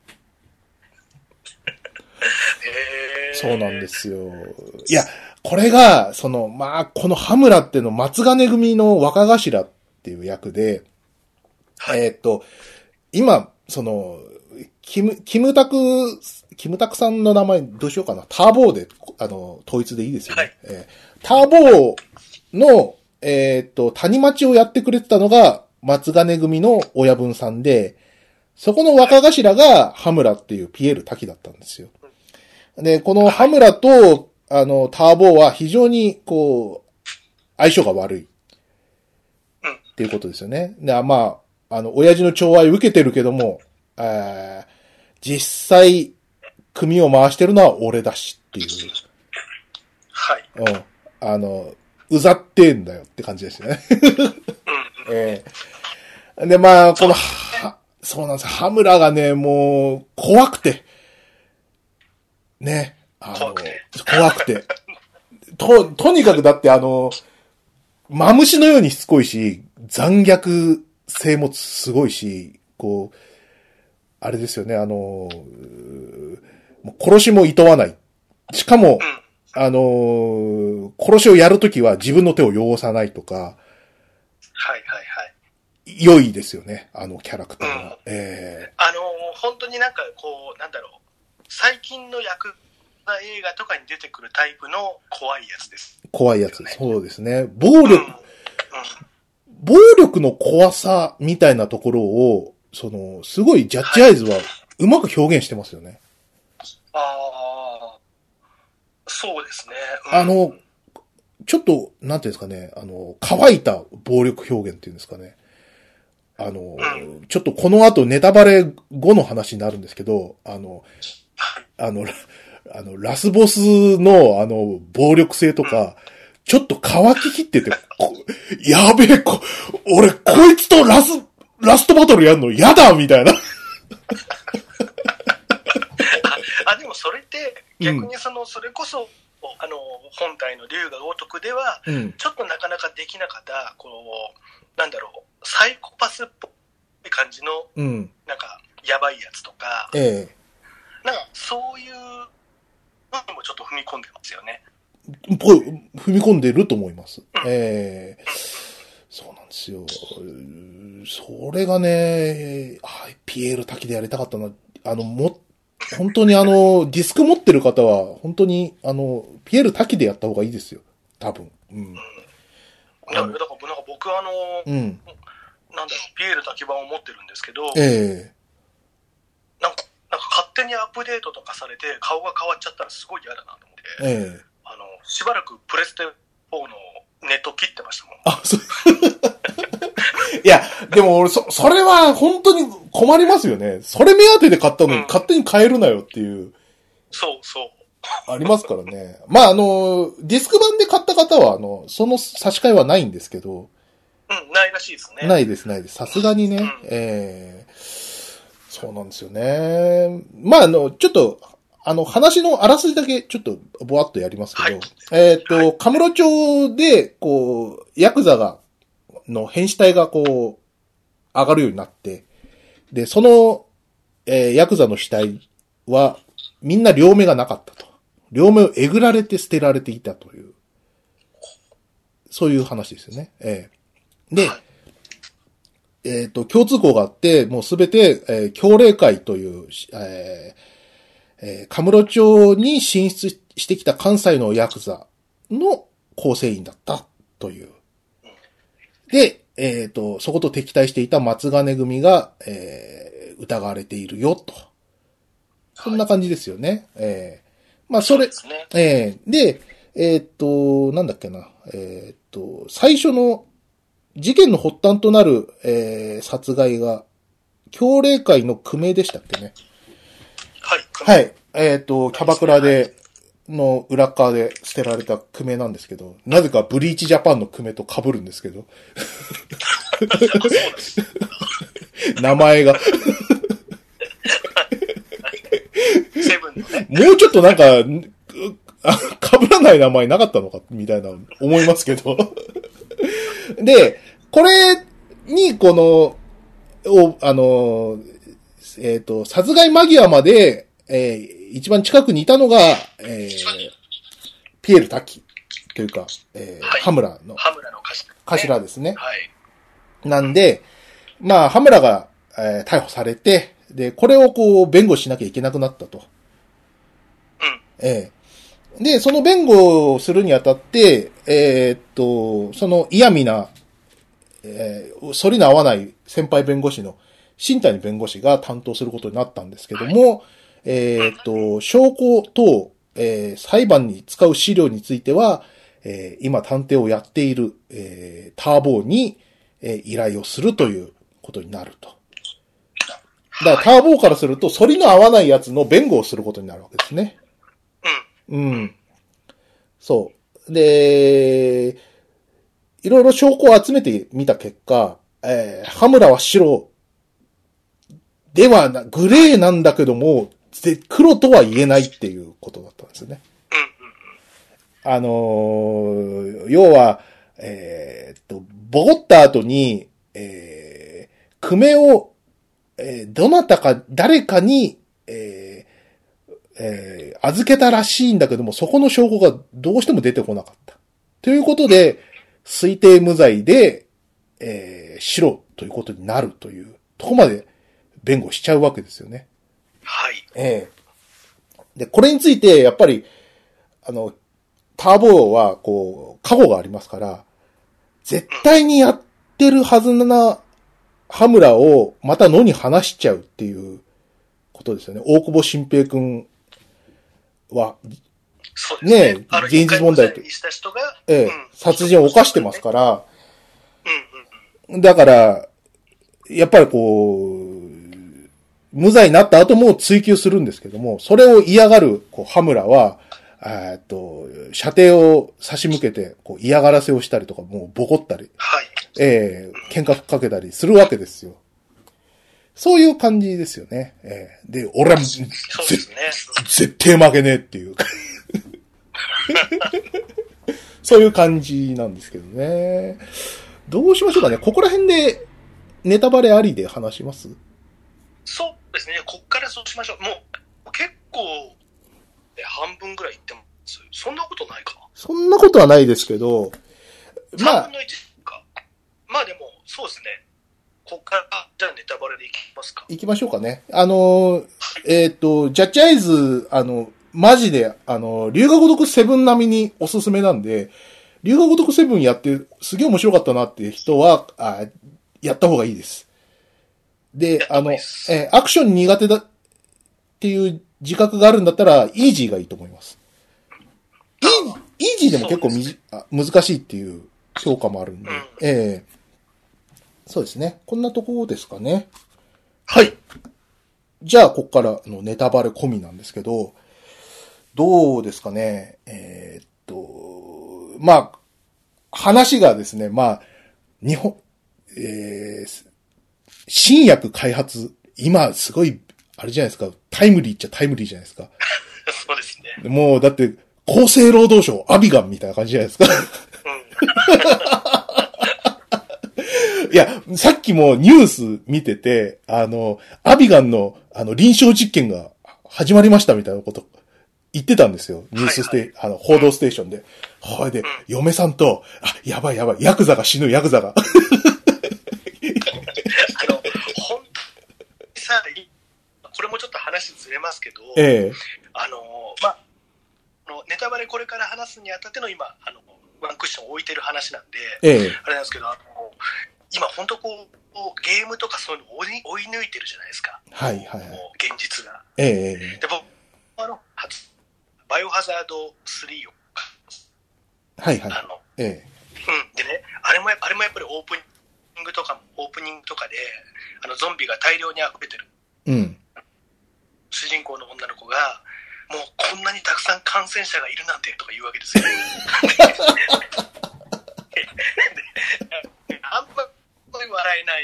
へー、そうなんですよ。いや、これが、その、まあ、この羽村っていうの松金組の若頭っていう役で、はい、えー、っと、今、その、キム、キムタク、キムタクさんの名前どうしようかな。ターボーで、あの、統一でいいですよね。はい、えー、ターボーの、えー、っと、谷町をやってくれてたのが、松金組の親分さんで、そこの若頭が羽村っていうピエール滝だったんですよ。で、この羽村と、あの、ターボーは非常に、こう、相性が悪い。っていうことですよね。で、まあ、あの、親父の寵愛受けてるけども、えー、実際、組を回してるのは俺だしっていう。 はい。 うん。あの、うざってんだよって感じですよね。えー、で、まあ、この、は、そうなんですよ。羽村がね、もう、怖くて。ね。あの、怖くて。怖くて。と、とにかくだってあの、マムシのようにしつこいし、残虐性もすごいし、こう、あれですよね、あの、殺しも厭わない。しかも、あの、殺しをやるときは自分の手を汚さないとか、はいはいはい。 良いですよね、あのキャラクターが。うん、 えー、あの、本当になんかこう、なんだろう、最近の役映画とかに出てくるタイプの怖いやつです。 怖いやつ。そうですね。暴力、うんうん、暴力の怖さみたいなところを、その、すごいジャッジアイズはうまく表現してますよね。 はい、ああ、そうですね。 うん、あの、ちょっと、なんていうんですかね、あの、乾いた暴力表現っていうんですかね。あの、うん、ちょっとこの後ネタバレ後の話になるんですけど、あの、あの、あの、ラスボスの、あの、暴力性とか、うん、ちょっと乾ききってて、やべえ、こ、俺、こいつとラス、ラストバトルやんの嫌だみたいな。 あ、あ、でもそれって、逆にその、うん、それこそ、あの、本体の龍が如くでは、うん、ちょっとなかなかできなかった、こう、なんだろう、サイコパスっぽい感じの、うん、なんか、やばいやつとか、ええ、なんか、そういう、にもちょっと踏み込んでますよね。 踏み込んでると思います。うん、ええー、そうなんですよ。それがね、はい、ピエール滝でやりたかったな。あの、も、本当にあの、ディスク持ってる方は、本当に、あの、ピエール滝でやった方がいいですよ。多分。うん。うん、 だから、なんか僕はあの、うん、なんだろう、ピエール滝版を持ってるんですけど、ええー、なんか、なんか勝手にアップデートとかされて顔が変わっちゃったらすごい嫌だなと思って、ええ、あのしばらくプレステフォーのネット切ってましたもん。 あ、そう。いや、でも俺そ、それは本当に困りますよね。それ目当てで買ったのに勝手に買えるなよっていう。うん、 そうそう。 ありますからね。まあ、あの、ディスク版で買った方は、あの、その差し替えはないんですけど。 うん、ないらしいですね。 ないです、ないです。さすがにね。うん、ええー、そうなんですよね。まあ、あの、ちょっと、あの、話のあらすじだけちょっとぼわっとやりますけど、はい、えっ、ー、と、はい、カムロ町で、こう、ヤクザが、の変死体がこう、上がるようになって、で、その、 えー、ヤクザの死体は、みんな両目がなかったと。両目をえぐられて捨てられていたという、そういう話ですよね。えー、で、えっと、共通項があって、もうすべて、えー、協励会という、えーえー、カムロ町に進出してきた関西のヤクザの構成員だったという。で、えっと、そこと敵対していた松金組が、えー、疑われているよと。そんな感じですよね。はい、えー、まあ、それ、そね、えー、で、えっと、なんだっけな、えっと、最初の事件の発端となる、えー、殺害が、協励会の久米でしたっけね。 はい。 はい。えっと、キャバクラで、の裏側で捨てられた久米なんですけど、なぜかブリーチジャパンの久米と被るんですけど。名前が。 セブンのね。 もうちょっとなんか、被らない名前なかったのかみたいな思いますけど。で、これに、この、を、あの、えっと、殺害間際まで、えー、一番近くにいたのが、えー、ピエール滝というか、えーはい、羽村の、 羽村の頭、ね、 頭ですね。 はい。 なんで、まあ、羽村が、えー、逮捕されて、で、これをこう、弁護しなきゃいけなくなったと。 うん。 えー、で、その弁護をするにあたって、えー、っと、その嫌味な、えー、反りの合わない先輩弁護士の新谷弁護士が担当することになったんですけども、はい、えっと、証拠等、えー、裁判に使う資料については、えー、今探偵をやっている、えー、ターボーに、えー、依頼をするということになると。だからターボーからすると、反りの合わないやつの弁護をすることになるわけですね。うん。うん。そう。で、いろいろ証拠を集めてみた結果、えー、羽村は白ではな、グレーなんだけども、で、黒とは言えないっていうことだったんですよね。あのー、要は、えー、っと、ボコった後に、えー、クメを、えー、どなたか、誰かに、えーえー、預けたらしいんだけども、そこの証拠がどうしても出てこなかった。ということで、推定無罪で、えー、白ということになるという、とこまで弁護しちゃうわけですよね。 はい。 ええー。で、これについて、やっぱり、あの、ターボは、こう、過去がありますから、絶対にやってるはずな、羽村を、また野に放しちゃうっていうことですよね。大久保新平くんは、 そうですね。 ねえ、現実問題と。ええ、うん、殺人を犯してますから、 うんうんうん、だから、やっぱりこう、無罪になった後も追及するんですけども、それを嫌がる、こう、羽村は、えっと、射程を差し向けて、こう、嫌がらせをしたりとか、もうボコったり、 はい。 ええー、喧嘩かけたりするわけですよ。そういう感じですよね。ええー、で、俺は、 そうですね。 絶対負けねえっていう。そういう感じなんですけどね。どうしましょうかね。ここら辺でネタバレありで話します？ そうですね。こっからそうしましょう。もう結構半分ぐらいいってます。そんなことないか。 そんなことはないですけど、 まあ。さんぶんのいちか。まあでも、そうですね。こっから、じゃあネタバレでいきますか。 いきましょうかね。あの、えっと、ジャッジアイズ、あの、マジで、あの、龍が如くセブン並みにおすすめなんで、龍が如くセブンやってすげえ面白かったなって人は、あやった方がいいです。で、あの、えー、アクション苦手だっていう自覚があるんだったら、イージーがいいと思います。イー、イージーでも結構みじあ難しいっていう評価もあるんで、うん、えー、そうですね。こんなところですかね。はい。じゃあ、ここからのネタバレ込みなんですけど、どうですかね。えー、っと、まあ、話がですね、まあ、日本、えー、新薬開発、今すごい、あれじゃないですか、タイムリーっちゃタイムリーじゃないですか。 そうですね。 もう、だって、厚生労働省、アビガンみたいな感じじゃないですか。 いや、さっきもニュース見てて、あの、アビガンの、あの、臨床実験が始まりましたみたいなこと言ってたんですよ。ニュースステ、はいはい、あの、報道ステーションで。はい、で、うん、嫁さんと、あ、やばいやばい、ヤクザが死ぬ、ヤクザが。あの、ほんさ、これもちょっと話ずれますけど、 ええ、 あの、まあ、ネタバレこれから話すにあたっての今、あの、ワンクッション置いてる話なんで、 ええ、 あれなんですけど、あの、今本当こう、ゲームとかそういうのを追い、追い抜いてるじゃないですか。 はいはいはい。 現実が。 ええ。 で、僕、あの、バイオハザードスリーを、 はいはい。 あの、 ええ。 うん。でね、あれも、あれもやっぱりオープニングとかも、オープニングとかで、あの、ゾンビが大量に溢れてる。 うん。 主人公の女の子が、もうこんなにたくさん感染者がいるなんてとか言うわけですよ。あんまり笑えない。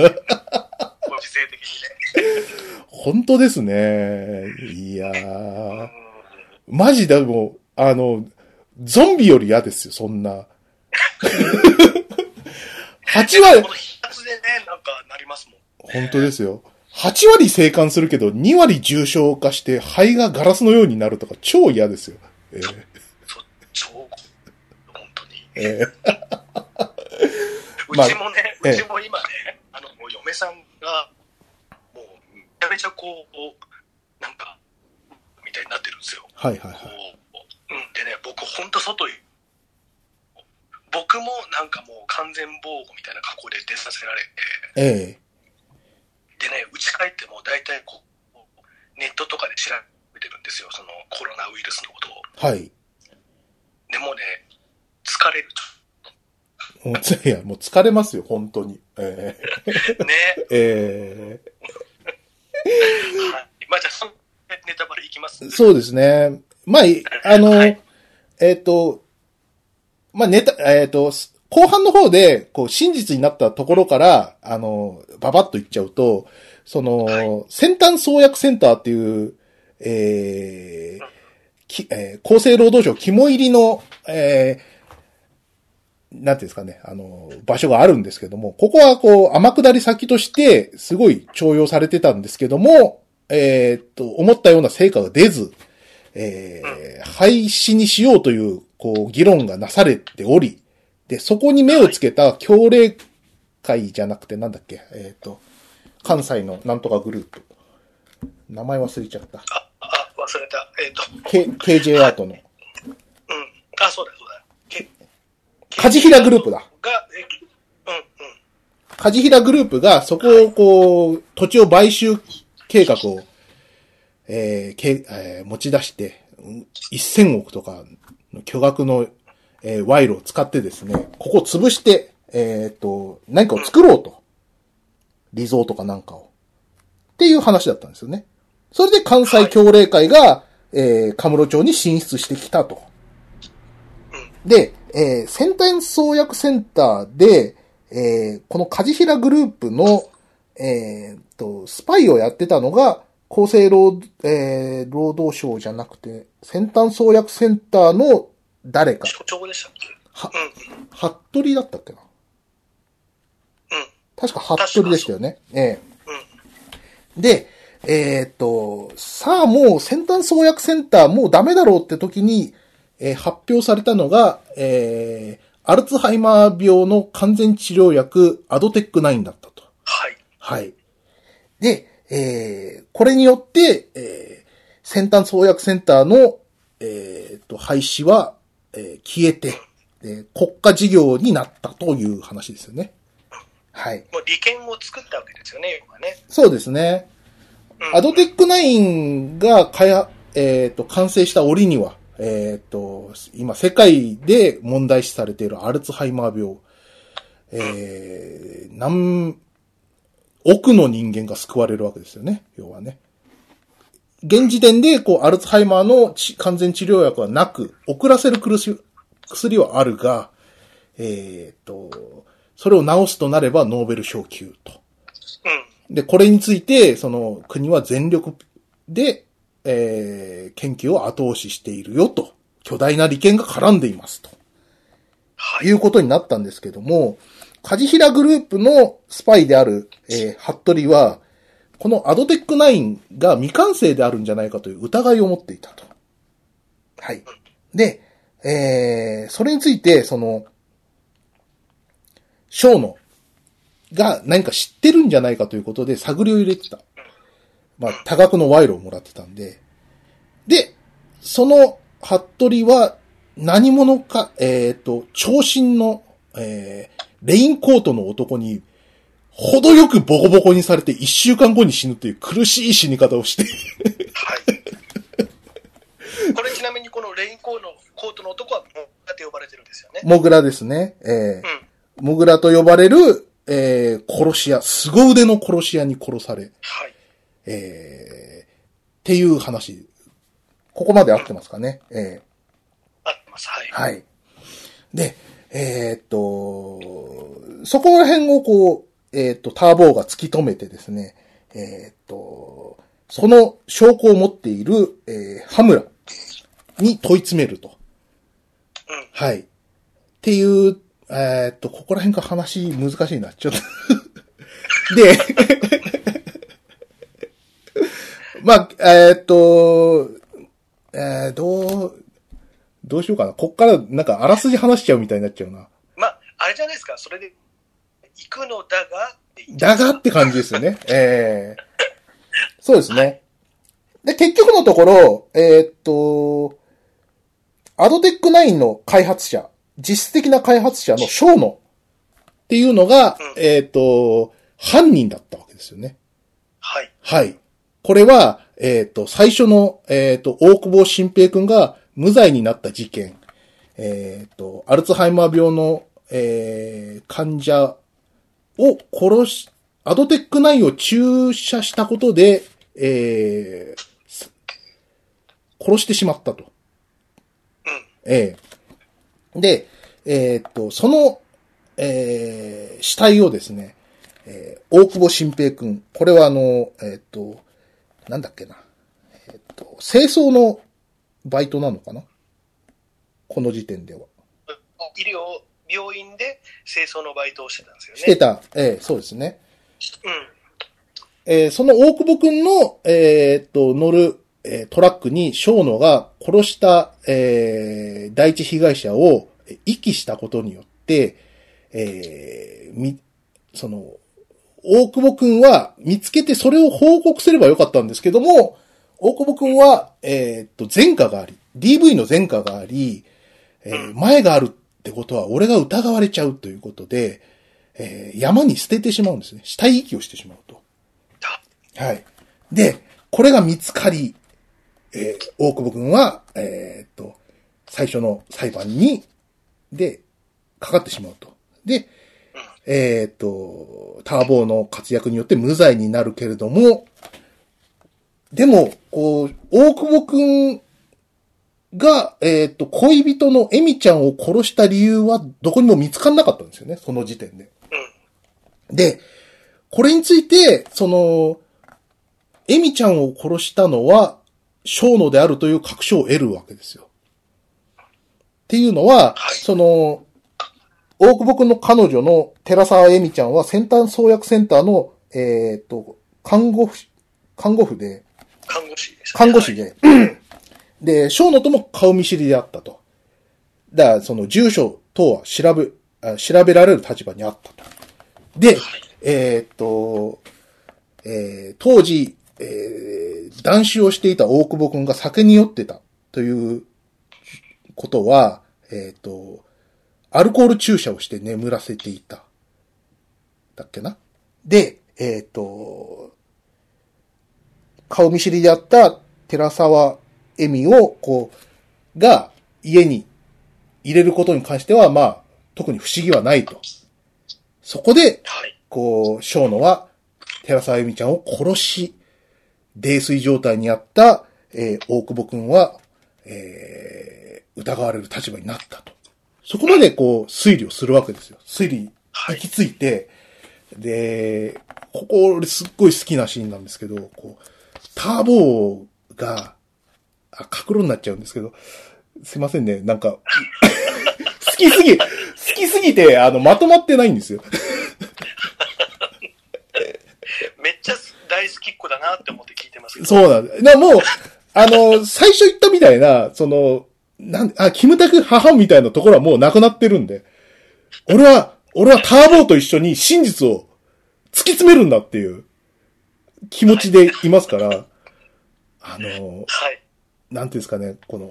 ご時世的にね。 本当ですね。いやー。マジでもう、あの、ゾンビより嫌ですよ、そんな。はち割。 この一発でね、なんかなりますもん。 本当ですよ。はち割生還するけど、に割重症化して肺がガラスのようになるとか超嫌ですよ。えー、 そ超、本当に。 えー、 うちもね、まあ、うちも今ね、えー、あの、もう嫁さんが、もう、めちゃめちゃこう、なんか、みたいになってるんですよ。 はいはいはい。 うん、でね、僕ほんと外に、僕もなんかもう完全防護みたいな格好で出させられて、 ええー。 でね、家帰っても大体こう、ネットとかで調べてるんですよ、そのコロナウイルスのことを。 はい。 でもね、疲れると。もうついや、もう疲れますよ、本当に。えー、ね。 えー。はい。まあじゃあ、そのネタバレいきます、ね。 そうですね。まあ、あの、はい、えっ、ー、と、まあ、ネタ、えっ、ー、と、後半の方で、こう、真実になったところから、あの、ババッと言っちゃうと、その、はい、先端創薬センターっていう、えーきえー、厚生労働省肝入りの、えー、なんていうんですかね、あの、場所があるんですけども、ここはこう、天下り先として、すごい重用されてたんですけども、えー、っと、思ったような成果が出ず、えー、廃止にしようという、こう、議論がなされており、で、そこに目をつけた協例会じゃなくてなんだっけ、えっ、ー、と、関西のなんとかグループ。名前忘れちゃった。 あ、あ、忘れた。えっ、ー、と。 K、ケージェー アートの。 うん。あ、そうだそうだ。け、 梶平グループだ。が、 え、うんうん。 梶平グループがそこをこう、土地を買収計画を、えーけえー、持ち出して、せんおくとかの巨額のえー、賄賂を使ってですね、ここを潰して、えっと、何かを作ろうと。リゾートかなんかを。っていう話だったんですよね。それで関西協例会が、はい、えー、カムロ町に進出してきたと。で、えー、先端創薬センターで、えー、この梶平グループの、えー、と、スパイをやってたのが、厚生労、えー、労働省じゃなくて、先端創薬センターの誰か。 所長でしたっけ？ は、うん、服部だったっけな？ うん。 確か服部でしたよね。ええ。うん。で、えー、っと、さあもう先端創薬センターもうダメだろうって時に、えー、発表されたのが、えー、アルツハイマー病の完全治療薬アドテックナインだったと。 はい。 はい。で、えー、これによって、えー、先端創薬センターの、えー、っと、廃止は、えー、消えて、えー、国家事業になったという話ですよね。はい。 もう利権を作ったわけですよね、要はね。 そうですね。うん、アドテックナインがかや、えっと、完成した折には、えっと、今世界で問題視されているアルツハイマー病、えー、うん、何億の人間が救われるわけですよね、要はね。現時点で、こう、アルツハイマーの完全治療薬はなく、遅らせる薬はあるが、えっと、それを治すとなればノーベル賞級と。うん。で、これについて、その国は全力で、えー、研究を後押ししているよと。巨大な利権が絡んでいますと。はい。いうことになったんですけども、 梶平グループのスパイである、えー、服部は、このアドテックナインが未完成であるんじゃないかという疑いを持っていたと。はい。で、えー、それについて、その、小野が何か知ってるんじゃないかということで探りを入れてた。まあ、多額の賄賂をもらってたんで。で、その服部は何者か、えっと、長身の、えー、レインコートの男に、程よくボコボコにされて一週間後に死ぬという苦しい死に方をして。 はい。これちなみにこのレインコートの男はモグラって呼ばれてるんですよね。 モグラですね。えーうん、モグラと呼ばれる、えー、殺し屋、凄腕の殺し屋に殺され。 はい。 えー、っていう話。ここまで合ってますかね。うん、えー、合ってます。はい。 はい。で、えー、っと、そこら辺をこう、えー、っと、ターボーが突き止めてですね、えー、っと、その証拠を持っている、えー、羽村に問い詰めると。 うん。 はい。っていう、えー、っと、ここら辺から話難しいな。ちょっとで、まあ、えー、っと、えー、どう、どうしようかな。こっからなんかあらすじ話しちゃうみたいになっちゃうな。 まあ、あれじゃないですか。それで、行くのだが、 だがって感じですよね。ええー。そうですね。で、結局のところ、えー、っと、アドテックナインの開発者、実質的な開発者の小野っていうのが、うん、えー、っと、犯人だったわけですよね。 はい。 はい。これは、えー、っと、最初の、えー、っと、大久保新平くんが無罪になった事件、えー、っと、アルツハイマー病の、えー、患者を殺し、アドテックナインを注射したことで、えー、殺してしまったと。 うん。 えー、で、えー、っと、その、えー、死体をですね、えー、大久保新平くん。これはあの、えー、っと、なんだっけな。えー、っと、清掃のバイトなのかな？この時点では。 医療、病院で清掃のバイトをしてたんですよね。 してた。ええー、そうですね。 うん。 えー、その大久保くんの、えー、っと、乗る、えー、トラックに小野が殺した、えー、第一被害者を遺棄したことによって、えー、み、その、大久保くんは見つけてそれを報告すればよかったんですけども、大久保くんは、えー、っと、前科があり、ディーブイ の前科があり、えー、前があるってことは俺が疑われちゃうということで、えー、山に捨ててしまうんですね。死体遺棄をしてしまうと。はい。で、これが見つかり、えー、大久保くんは、えー、っと、最初の裁判に、で、かかってしまうと。で、えー、っと、ターボーの活躍によって無罪になるけれども、でも、こう、大久保くんが、えー、っと、恋人のエミちゃんを殺した理由はどこにも見つからなかったんですよね、その時点で。で、これについて、その、エミちゃんを殺したのは、小野であるという確証を得るわけですよ。っていうのは、その、大久保くんの彼女の寺沢エミちゃんは先端創薬センターの、えー、っと、看護婦、看護婦で、 看護師でした、 ね。看護師で。で、小野とも顔見知りであったと。だから、その住所等は調べ、調べられる立場にあったと。で、えー、っと、えー、当時、えー、断酒をしていた大久保くんが酒に酔ってたということは、えっと、アルコール注射をして眠らせていた。だっけな？で、えっと、顔見知りであった寺沢恵美を、こう、が家に入れることに関しては、まあ、特に不思議はないと。そこで、こう、小野は寺沢恵美ちゃんを殺し、泥酔状態にあった、えー、大久保くんは、えー、疑われる立場になったと。そこまでこう、推理をするわけですよ。推理、行き着いて、はい、で、ここ俺すっごい好きなシーンなんですけど、こう、ターボーが、あ、角露になっちゃうんですけど、すいませんね、なんか、好きすぎ、好きすぎて、あの、まとまってないんですよ。 めっちゃ大好きっ子だなって思って聞いてますけど。 そうなんだ。だもう、あの、最初言ったみたいな、その、なんあ、キムタク母みたいなところはもうなくなってるんで、俺は、俺はターボーと一緒に真実を突き詰めるんだっていう気持ちでいますから、はい、あの、はい、なんていうんですかね、この、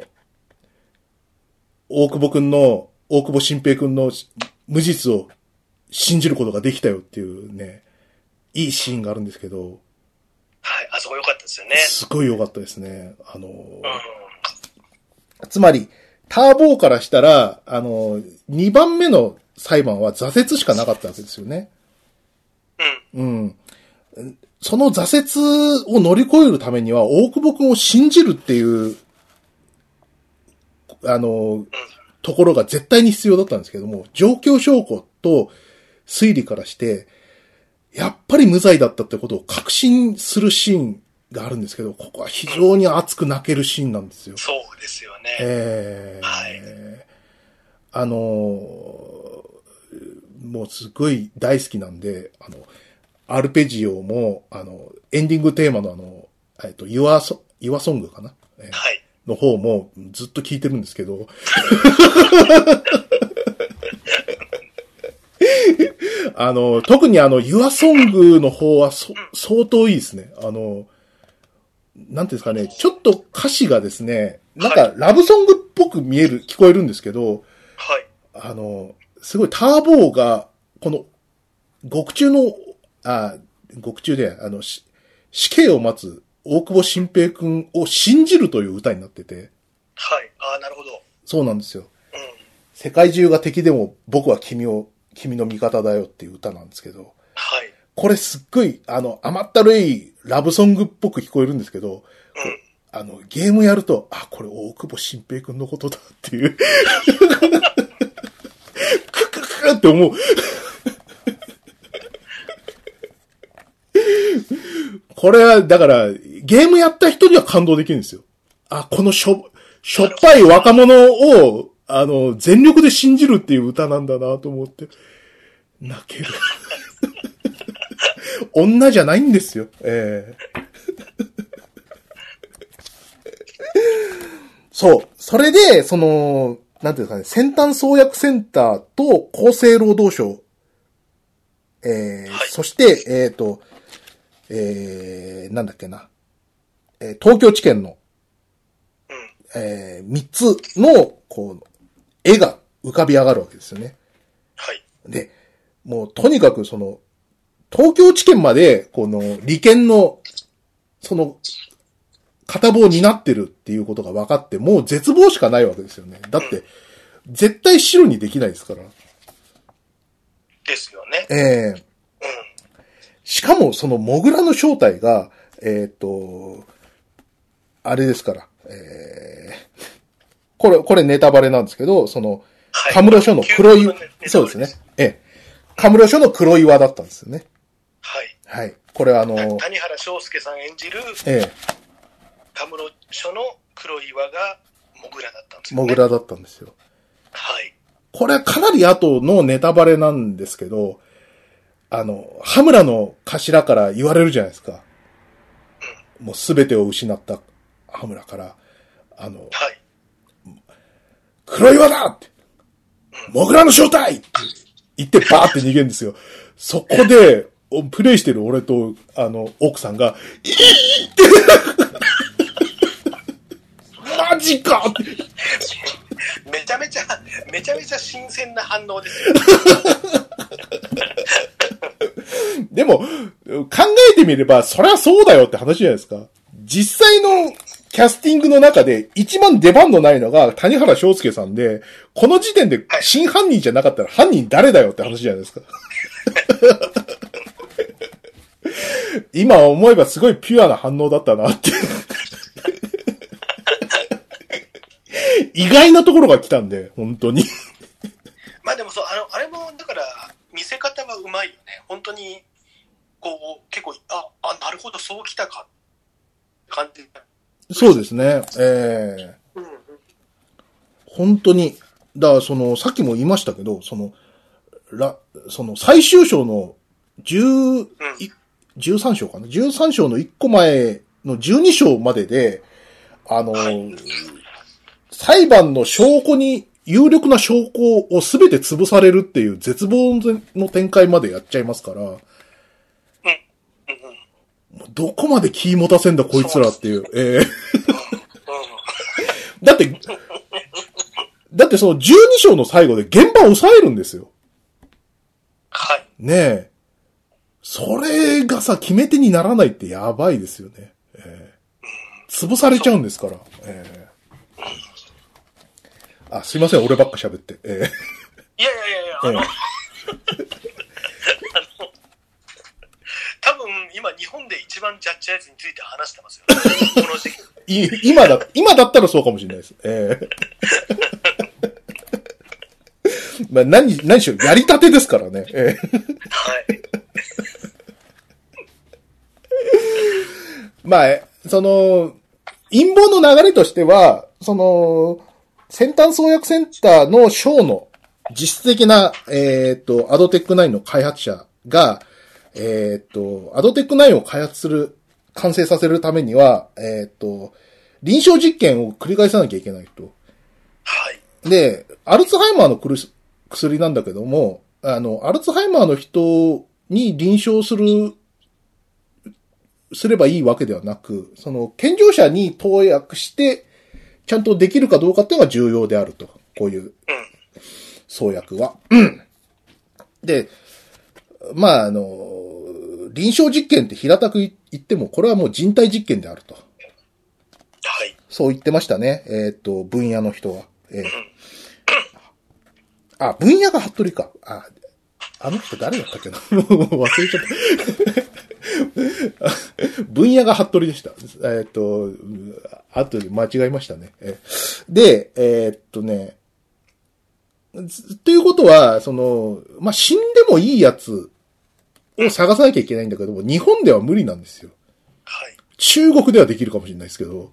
大久保くんの、大久保新平くんの無実を信じることができたよっていうね、いいシーンがあるんですけど、 はい、あそこ良かったですよね。 すごい良かったですね。あの、うん、つまり、ターボーからしたら、あの、にばんめの裁判は挫折しかなかったわけですよね。うん。うん。その挫折を乗り越えるためには、大久保くんを信じるっていう、あの、うん、ところが絶対に必要だったんですけども、状況証拠と推理からして、やっぱり無罪だったってことを確信するシーンがあるんですけど、ここは非常に熱く泣けるシーンなんですよ。 そうですよね。 えー、はい。あのー、もうすごい大好きなんで、あの、アルペジオも、あの、エンディングテーマのあの、えっと、ユアソ、ユアソングかな、えー、はい。の方もずっと聞いてるんですけど、あの、特にあの、ユアソングの方はそ相当いいですね。あの、なんていうんですかね、ちょっと歌詞がですね、なんかラブソングっぽく見える、聞こえるんですけど、はい。あの、すごいターボーが、この、獄中の、あ、獄中で、あの、死刑を待つ大久保新平くんを信じるという歌になってて。 はい。ああ、なるほど。 そうなんですよ。うん。世界中が敵でも僕は君を、君の味方だよっていう歌なんですけど。はい。これすっごい、あの、甘ったるいラブソングっぽく聞こえるんですけど、うん、あの、ゲームやると、あ、これ大久保新平くんのことだっていう。クククって思う。これは、だから、ゲームやった人には感動できるんですよ。あ、このしょ、しょっぱい若者を、あの、全力で信じるっていう歌なんだなと思って、泣ける。女じゃないんですよ。えー、そう。それで、その、なんていうんですかね、先端創薬センターと厚生労働省、えーはい、そして、えっと、えー、なんだっけな、えー、東京地検の、うん、えー、三つの、こう、絵が浮かび上がるわけですよね。はい。で、もうとにかくその、東京地検まで、この、利権の、その、片棒になってるっていうことが分かって、もう絶望しかないわけですよね。だって、うん、絶対白にできないですから。 ですよね。 ええー。うん。しかも、その、モグラの正体が、えっと、あれですから、えー、これ、これネタバレなんですけど、その、はい、カムロ署の黒い、そうですね。ええ。カムロ署の黒岩だったんですよね。 はい。 はい。これはあの、 谷原章介さん演じる、 ええ。 カムロ署の黒岩がモグラだったんですよね。 モグラだったんですよ。 はい。 これかなり後のネタバレなんですけど、あの、羽村の頭から言われるじゃないですか。うん、もうすべてを失った羽村から、あの、はい。黒岩だって、うん、モグラの正体って言ってバーって逃げるんですよ。そこで、プレイしてる俺と、あの、奥さんが、いいってマジかってめちゃめちゃ、めちゃめちゃ新鮮な反応ですよ。 でも、考えてみれば、そりゃそうだよって話じゃないですか。実際のキャスティングの中で一番出番のないのが谷原章介さんで、この時点で真犯人じゃなかったら犯人誰だよって話じゃないですか。今思えばすごいピュアな反応だったなって。意外なところが来たんで、本当に。 まあでもそう、あの、あれも、だから、見せ方はうまいよね。本当に、こう、結構、あ、あ、なるほど、そうきたか。感じ。 そうですね。ええーうん。本当に、 だからその、さっきも言いましたけど、その、ら、その最終章のじゅう、うん、じゅうさん章かな ?じゅうさん 章のいっこまえのじゅうに章までで、あの、はい、裁判の証拠に、有力な証拠をすべて潰されるっていう絶望の展開までやっちゃいますから、うんうんうん、どこまで気持たせんだこいつらっていう。えー、だって、だってそのじゅうに章の最後で現場を抑えるんですよ。 はい。 ねえ。それがさ、決め手にならないってやばいですよね。えー、潰されちゃうんですから。えーあ、すいません、俺ばっか喋って。えー、 いやいやいやいや、あの、えー、あの、多分今日本で一番ジャッジアイズについて話してますよ、ね。この時期。 今だ、今だったらそうかもしれないです。えー、まあ何、何しろやりたてですからね。えー、はい。まあ、その、陰謀の流れとしては、その、先端創薬センターのショーの実質的な、えっと、アドテックナインの開発者が、えっと、アドテックナインを開発する、完成させるためには、えっと、臨床実験を繰り返さなきゃいけないと。 はい。 で、アルツハイマーの薬なんだけども、あの、アルツハイマーの人に臨床する、すればいいわけではなく、その、健常者に投薬して、ちゃんとできるかどうかっていうのが重要であると。こういう創薬は。うん、で、まあ、あの、臨床実験って平たく言っても、これはもう人体実験であると。 はい。 そう言ってましたね。えっと、分野の人は。えー、あ、分野が服部か。あ、あの人誰だったっけな忘れちゃった。分野が服部でした。えっと、あとで間違えましたね。で、えー、っとね、ということは、その、まあ、死んでもいいやつを探さなきゃいけないんだけども、日本では無理なんですよ。 はい。 中国ではできるかもしれないですけど。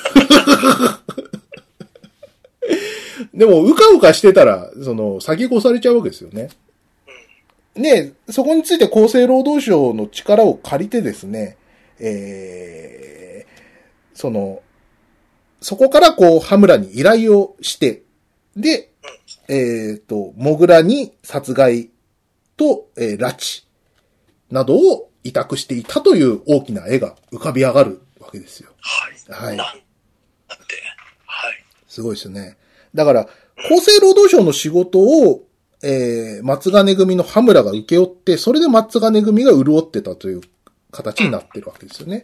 でも、うかうかしてたら、その、先越されちゃうわけですよね。で、そこについて厚生労働省の力を借りてですね、えー、その、そこからこう、羽村に依頼をして、で、えっと、モグラに殺害と、えー、拉致などを委託していたという大きな絵が浮かび上がるわけですよ。 はい。はい。なんだって。はい。 すごいですよね。だから、厚生労働省の仕事を、えー、松金組の羽村が請け負って、それで松金組が潤ってたという形になってるわけですよね。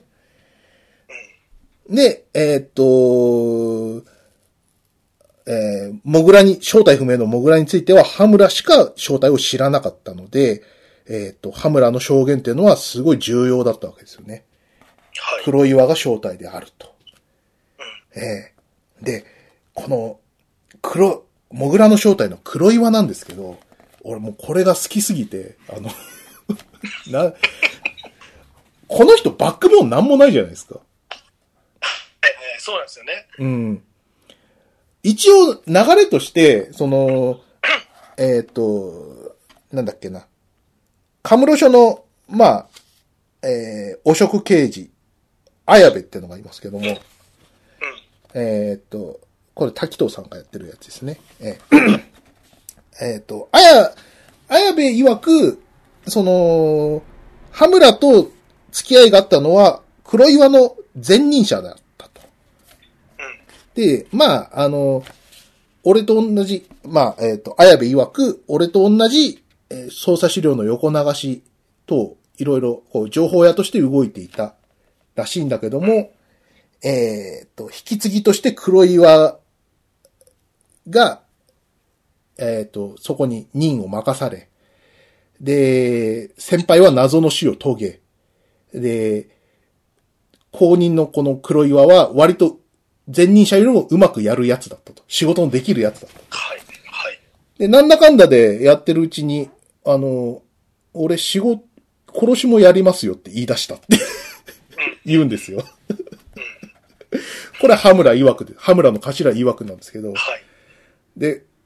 で、えー、っと、えー、モグラに、正体不明のモグラについては、羽村しか正体を知らなかったので、えー、っと、羽村の証言っていうのはすごい重要だったわけですよね。はい、黒岩が正体であると。うん、えー、で、この、黒、モグラの正体の黒岩なんですけど、俺もうこれが好きすぎて、あの、な、この人バックボーンなんもないじゃないですか。 はいはい、そうなんですよね。 うん。一応流れとして、その、えっと、なんだっけな。カムロ署の、まあ、えー、汚職刑事、綾部っていうのがいますけども、うん、えっと、これ滝藤さんがやってるやつですね。えー、えっと、あや、綾部曰く、その、羽村と付き合いがあったのは、黒岩の前任者だったと。うん、で、まあ、あの、俺と同じ、まあ、えっと、綾部曰く、俺と同じ、えー、捜査資料の横流しと、いろいろ、こう、情報屋として動いていたらしいんだけども、えっと、引き継ぎとして黒岩が、えっと、そこに任を任され、で、先輩は謎の死を遂げ、で、後任のこの黒岩は割と前任者よりもうまくやるやつだったと。仕事のできるやつだった。 はい。はい。 で、なんだかんだでやってるうちに、あの、俺仕事、殺しもやりますよって言い出したって言うんですよ。これは羽村曰くで、羽村の頭曰くなんですけど、はい、で、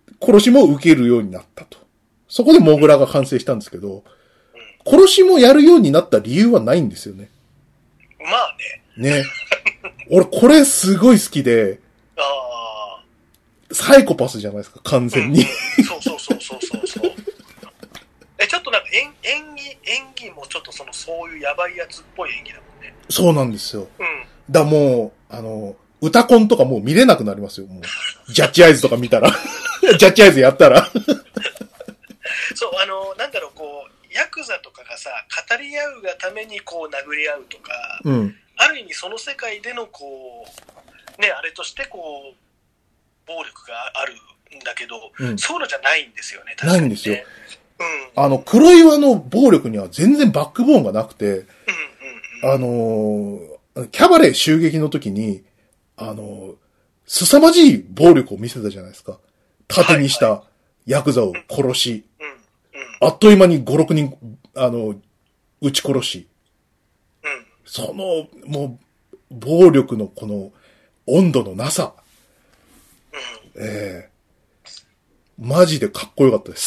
殺しも受けるようになったと。そこでモグラが完成したんですけど、うん、殺しもやるようになった理由はないんですよね。 まあね。 ね。俺これすごい好きで、ああ。サイコパスじゃないですか、完全に。 うん、そうそうそうそうそうそう。え、ちょっとなんか演演技、演技もちょっとその、そういうやばいやつっぽい演技だもんね。 そうなんですよ。 うん。 だもう、あの、歌コンとかもう見れなくなりますよ、もう。ジャッジアイズとか見たら。ジャッジアイズやったら。 そう、あの、なんだろう、こう、ヤクザとかがさ、語り合うがためにこう殴り合うとか、 うん、ある意味その世界でのこう、ね、あれとしてこう、暴力があるんだけど、うん、そういうのじゃないんですよね、確かにね。 ないんですよ。うん、あの、黒岩の暴力には全然バックボーンがなくて、うんうんうん、あの、キャバレー襲撃の時に、あの、凄まじい暴力を見せたじゃないですか。盾にしたヤクザを殺し、はいはいうんうん、あっという間にご、ろくにん、あの、撃ち殺し、うん、その、もう、暴力のこの温度のなさ、うん、ええー、マジでかっこよかったです。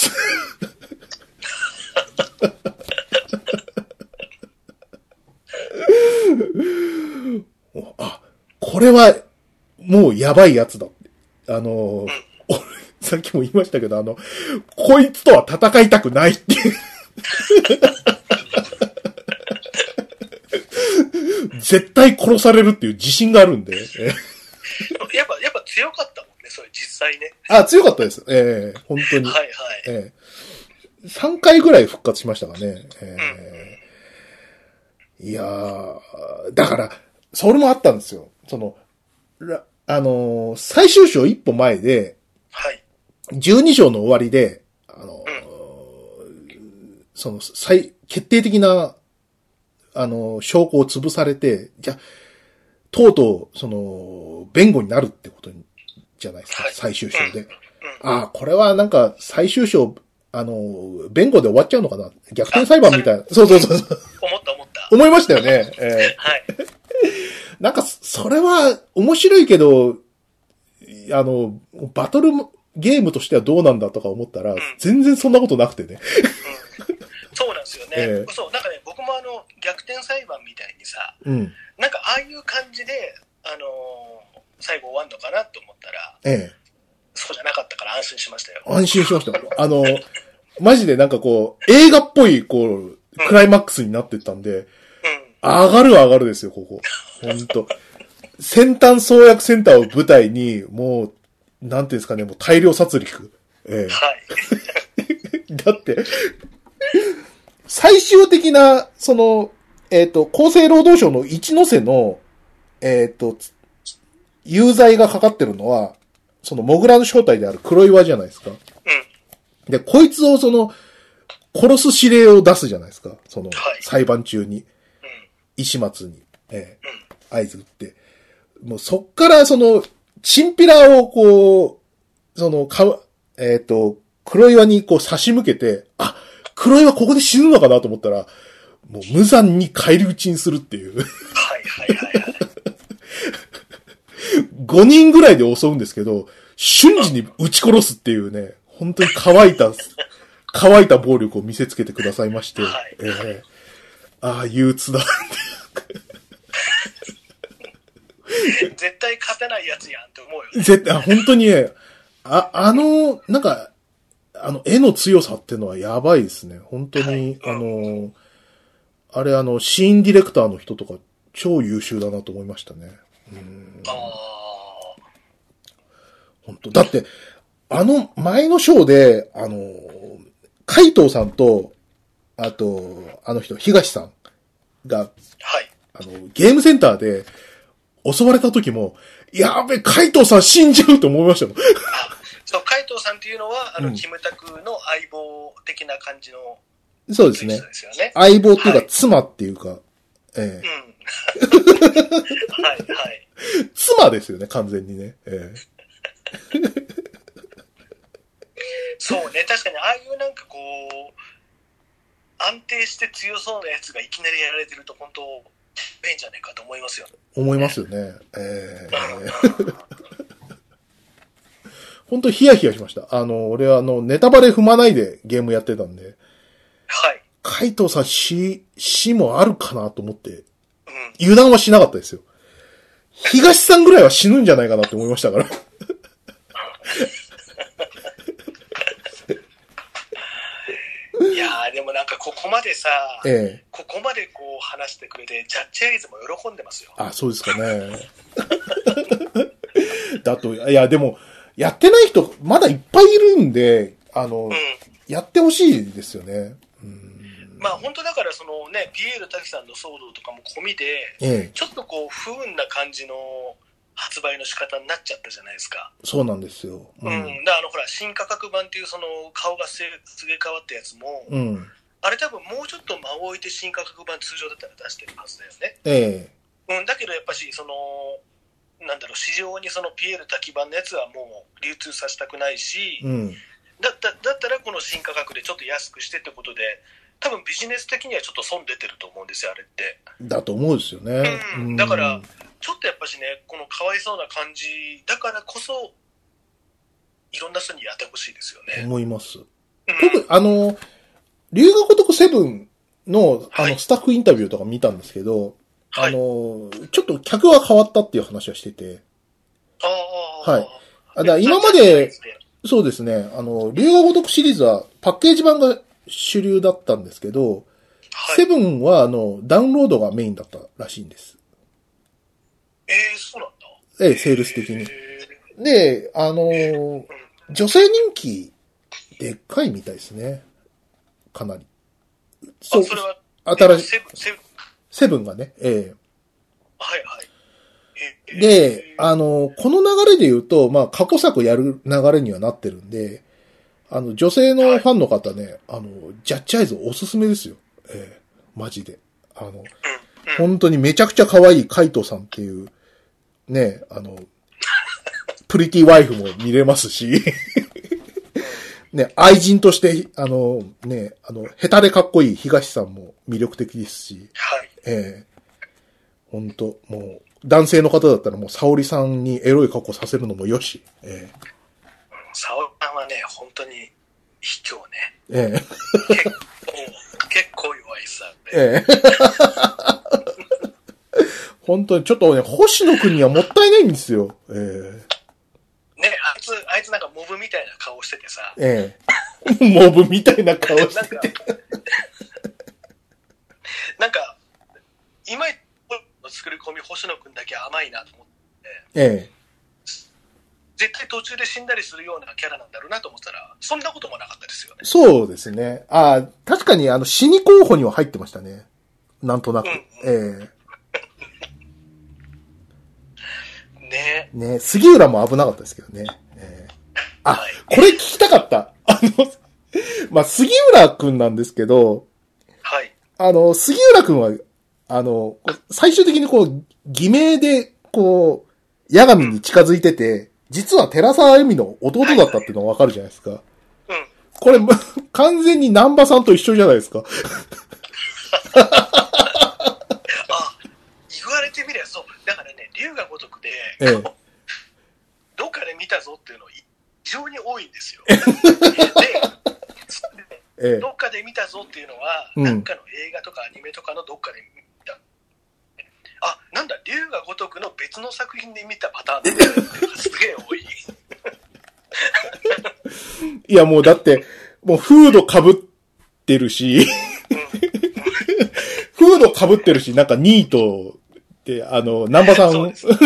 あ、これは、もうやばいやつだって。あの、俺、さっきも言いましたけど、あの、こいつとは戦いたくないっていう。絶対殺されるっていう自信があるんで。やっぱ、やっぱ強かったもんね、それ実際ね。 あ、強かったです。ええー、本当に。 はいはい。 えー、さんかいぐらい復活しましたかね。えーうん、いやー、だから、それもあったんですよ。その、あのー、最終章一歩前で、 はい。 じゅうに章の終わりで、あのーうん、その、最、決定的な、あのー、証拠を潰されて、じゃ、とうとう、その、弁護になるってことに、じゃないですか、はい、最終章で。うんうん、ああ、これはなんか、最終章、あのー、弁護で終わっちゃうのかな逆転裁判みたいな。そうそうそう。 思った思った。 思いましたよね。えー、 はい。 なんか、それは面白いけど、あの、バトルゲームとしてはどうなんだとか思ったら、うん、全然そんなことなくてね。 うん、そうなんですよね、えー。そう、なんかね、僕もあの、逆転裁判みたいにさ、うん、なんかああいう感じで、あのー、最後終わんのかなと思ったら、ええ、そうじゃなかったから安心しましたよ。 安心しました。あの、マジでなんかこう、映画っぽい、こう、クライマックスになってったんで、うん上がる上がるですよ、ここ。ほんと。先端創薬センターを舞台に、もう、なんていうんですかね、もう大量殺戮。ええ、はい。だって、最終的な、その、えっと、厚生労働省の一ノ瀬の、えっと、有罪がかかってるのは、その、モグラの正体である黒岩じゃないですか。うん。で、こいつをその、殺す指令を出すじゃないですか。その、はい、裁判中に。石松に、えー、合図打って。もうそっからその、チンピラをこう、その、か、えっと、黒岩にこう差し向けて、あ、黒岩ここで死ぬのかなと思ったら、もう無残に返り討ちにするっていう。はいはいはいはい。ごにんぐらいで襲うんですけど、瞬時に撃ち殺すっていうね、本当に乾いた、乾いた暴力を見せつけてくださいまして、はいえー、ああ、憂鬱だ。 絶対勝てないやつやんって思うよね。 絶対、本当にね、あ、あの、なんか、あの、絵の強さってのはやばいですね。本当に、はい、あの、あれあの、シーンディレクターの人とか超優秀だなと思いましたね。うんあ本当だって、あの前のショーで、あの、海藤さんと、あと、あの人、東さんが、はい。あの、ゲームセンターで襲われた時も、やべ、海藤さん死んじゃうと思いましたもん。 そう、海藤さんっていうのは、あの、うん、キムタクの相棒的な感じの、 そうですね。ですよね。相棒っていうか、はい、妻っていうか、ええー。うん。はい、はい。妻ですよね、完全にね。ええー。 そうね、確かに、ああいうなんかこう、安定して強そうなやつがいきなりやられてると、本当、変じゃねえかと思いますよ。 思いますよね。ええー。 本当にヒヤヒヤしました。あの、俺はあの、ネタバレ踏まないでゲームやってたんで。 はい。 海藤さん死、死もあるかなと思って、うん、油断はしなかったですよ。東さんぐらいは死ぬんじゃないかなって思いましたから。 いやーでもなんかここまでさ、ええ、ここまでこう話してくれて、ジャッジアイズも喜んでますよ。 あ、そうですかね。だと、いやでも、やってない人、まだいっぱいいるんで、あの、うん、やってほしいですよね。うん、 まあ本当だからそのね、ピエール滝さんの騒動とかも込みで、ええ、ちょっとこう不運な感じの発売の仕方になっちゃったじゃないですか。 そうなんですよ。 うん。うん、だからあのほら、新価格版っていうその顔がすげ替わったやつも、うん、あれ多分もうちょっと間を置いて新価格版通常だったら出してるはずだよね。ええ。うん、だけどやっぱし、その、なんだろう、市場にそのピエール滝版のやつはもう流通させたくないし、うん、だった、だったらこの新価格でちょっと安くしてってことで、多分ビジネス的にはちょっと損出てると思うんですよ、あれって。 だと思うんですよね。 うん。だから、ちょっとやっぱしね、このかわいそうな感じだからこそ、いろんな人にやってほしいですよね。 思います。うん、特に、あの、龍が如くセブンの、あの、はい、スタッフインタビューとか見たんですけど、はい、あの、ちょっと客が変わったっていう話はしてて。ああ。はい。だから今まで、そうですね、あの、龍が如くシリーズはパッケージ版が主流だったんですけど、はい、セブンは、あの、ダウンロードがメインだったらしいんです。 ええー、そうなんだ。 ええ、セールス的に。で、あのー、女性人気、でっかいみたいですね。かなり。 そう。あ、それは、 新しい。セブン、セブン。セブンがね、ええ。 はいはい。 えー、で、あのー、この流れで言うと、まあ、過去作やる流れにはなってるんで、あの、女性のファンの方ね、はい、あの、ジャッジアイズおすすめですよ。ええ、マジで。あの、うんうん、本当にめちゃくちゃ可愛いカイトさんっていう、ね、あの、プリティワイフも見れますし、ね、愛人として、あの、ね、あの、ヘタでかっこいい東さんも魅力的ですし、はい。ええー、ほんと、もう、男性の方だったらもう、沙織さんにエロい格好させるのもよし、ええー。沙織さんはね、本当に、卑怯ね。 ええー。 結構、結構弱いさ。 ええー。本当に、ちょっとね、星野くんにはもったいないんですよ。ええー。 ね、あいつ、あいつなんかモブみたいな顔しててさ。 ええ。モブみたいな顔してて。 なんか、今の作り込み星野くんだけ甘いなと思って。 ええ。 絶対途中で死んだりするようなキャラなんだろうなと思ったら、そんなこともなかったですよね。 そうですね。ああ、確かにあの、死に候補には入ってましたね。なんとなく。うんうん、ええ。 ねね、杉浦も危なかったですけどね。えー、あ、はい、これ聞きたかった。あの、まあ、杉浦くんなんですけど、 はい。 あの、杉浦くんは、あの、最終的にこう、偽名で、こう、八神に近づいてて、うん、実は寺沢恵美の弟だったっていうのがわかるじゃないですか。はい、うん。これ、完全に南波さんと一緒じゃないですか。 言われてみればそう。だからね、龍が如くで、ええ、どっかで見たぞっていうの非常に多いんですよ。で、ええ、どっかで見たぞっていうのは、うん、なんかの映画とかアニメとかのどっかで見た。あ、なんだ、龍が如くの別の作品で見たパターンっていうのがすげえ多い。 いやもうだって、もうフード被ってるし、うん、フード被ってるし、なんかニート、で、あの、南波さん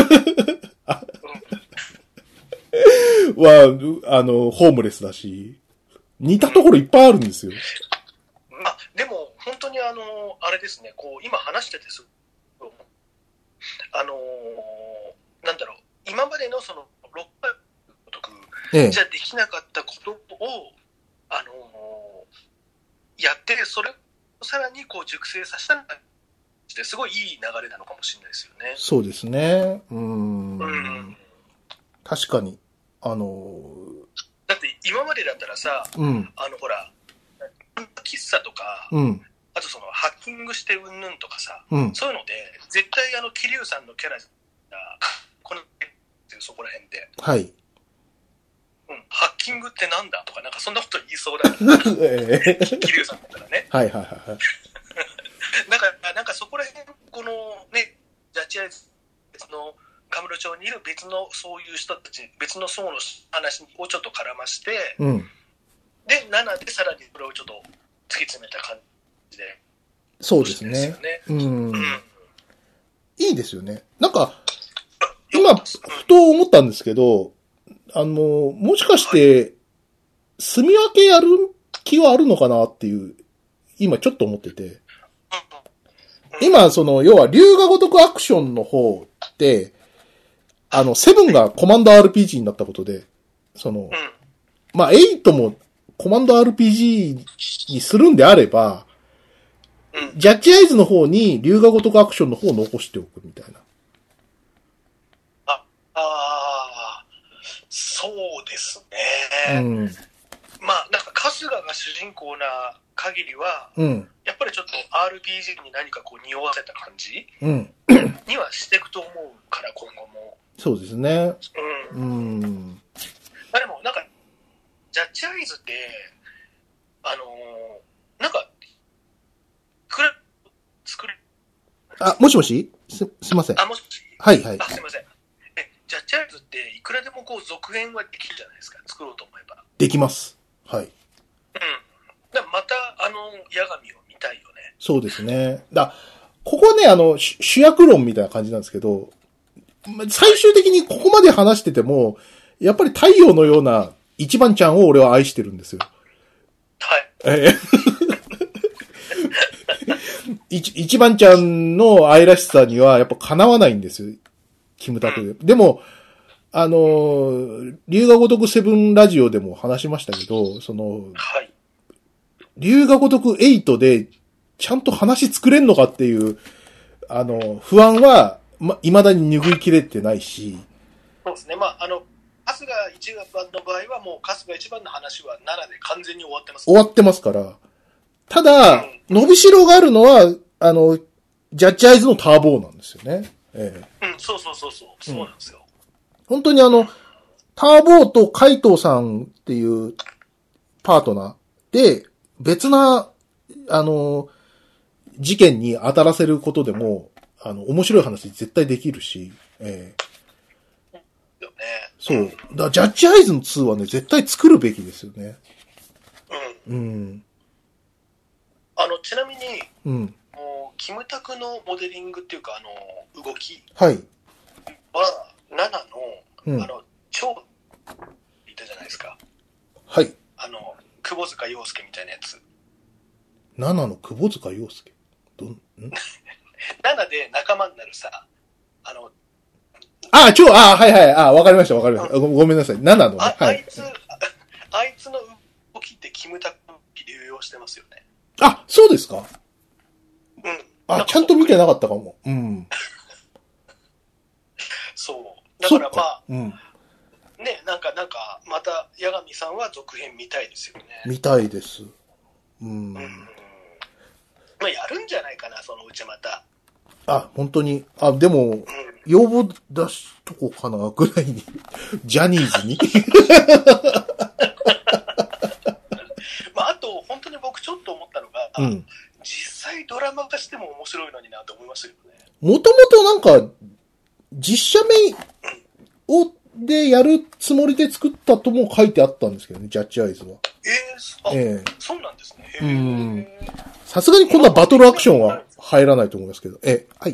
は、あの、ホームレスだし、似たところいっぱいあるんですよ。 あ、でも、本当にあの、あれですね、こう、今話しててすごい、あの、なんだろう、今までのその、ろっかいごとく、ええ、じゃできなかったことを、あの、やって、それをさらにこう、熟成させたのが、すごいいい流れなのかもしれないですよね。 そうですね。うーん。うん、確かに。あのー、 だって今までだったらさ、うん、あのほら、喫茶とか、 うん、 あとそのハッキングしてうんぬんとかさ、うん、そういうので、絶対あの、桐生さんのキャラが、この、そこら辺で。 はい。 うん、ハッキングってなんだとか、なんかそんなこと言いそうだから、えー、桐生さんだったらね。 はいはいはいはい。 だから、なんかそこら辺、このね、ジャッジアイズのカムロ町にいる別のそういう人たち、別の層の話をちょっと絡まして、 うん、 で、ななでさらにそれをちょっと突き詰めた感じで。 そうですね。ですよね。うん、うん。いいですよね。なんか、今、ふと思ったんですけど、あの、もしかして、住み分けやる気はあるのかなっていう、今ちょっと思ってて。今、その、要は、龍が如くアクションの方って、あの、セブンがコマンド アールピージー になったことで、その、まあ、エイトもコマンド アールピージー にするんであれば、ジャッジアイズの方に龍が如くアクションの方を残しておくみたいな。 あ、ああ、そうですね。うん。まあ、なんか春日が主人公な限りは、うん、やっぱりちょっと アールピージー に何かこう匂わせた感じ、うん、にはしていくと思うから、今後も。 そうですね。 うん。うん。まあでも、なんか、ジャッジアイズって、あのー、なんか、くれ、作れ、 あ、もしもしす、すいません。 あ、もしもしはいはい。 あ、すいません。え、ジャッジアイズっていくらでもこう続編はできるじゃないですか。作ろうと思えば。 できます。はい。うん。 だまた、あの、八神を見たいよね。 そうですね。だ、ここはね、あの、主役論みたいな感じなんですけど、最終的にここまで話してても、やっぱり太陽のような一番ちゃんを俺は愛してるんですよ。 はい。 え一一番ちゃんの愛らしさにはやっぱかなわないんですよ。キムタクで。うん、でも、あの、龍が如くセブンラジオでも話しましたけど、その、はい。龍が如くエイトでちゃんと話作れんのかっていう、あの、不安は、ま、未だに拭いきれてないし。 そうですね。まあ、あの、春日一番の場合はもう春日一番の話は奈良で完全に終わってます、 ね。終わってますから。ただ、うん、伸びしろがあるのは、あの、ジャッジアイズのターボーなんですよね。ええ。うん、そうそうそうそう。そうなんですよ。 本当にあの、ターボーと海藤さんっていうパートナーで、別な、あの、事件に当たらせることでも、あの、面白い話絶対できるし、ええ。 よね。 そう。だからジャッジアイズのツーはね、絶対作るべきですよね。うん。うん。 あの、ちなみに、 うん。 もう、キムタクのモデリングっていうか、あの、動き。 はい。 は、ナナの、 うん、 あの、超、いたじゃないですか。 はい。 あの、窪塚洋介みたいなやつ。 ナナの窪塚洋介どん、んナナで仲間になるさ、あの、 ああ、超、ああ、はいはい、ああ、わかりました、わかりました。ごごめんなさい。ナナのね。 あ、 はい。 あいつ、あいつの動きってキムタクの動き流用してますよね。 あ、そうですか？ うん。 あ、ちゃんと見てなかったかも。うん。 そう。だからまあ、 うん。 ね、なんか、なんか、また、八神さんは続編見たいですよね。 見たいです。うん。うん、 まあ、やるんじゃないかな、そのうちまた。 あ、本当に。あ、でも、うん、要望出しとこうかな、ぐらいに。ジャニーズに。 まあ、あと、本当に僕ちょっと思ったのが、 うん、 実際ドラマ化しても面白いのになと思いましたけどね。 もともとなんか、実写メインを、でやるつもりで作ったとも書いてあったんですけどね、ジャッジアイズは。 えー、あ、えー、そうなんですね。 うん。さすがにこんなバトルアクションは入らないと思いますけど。え、はい。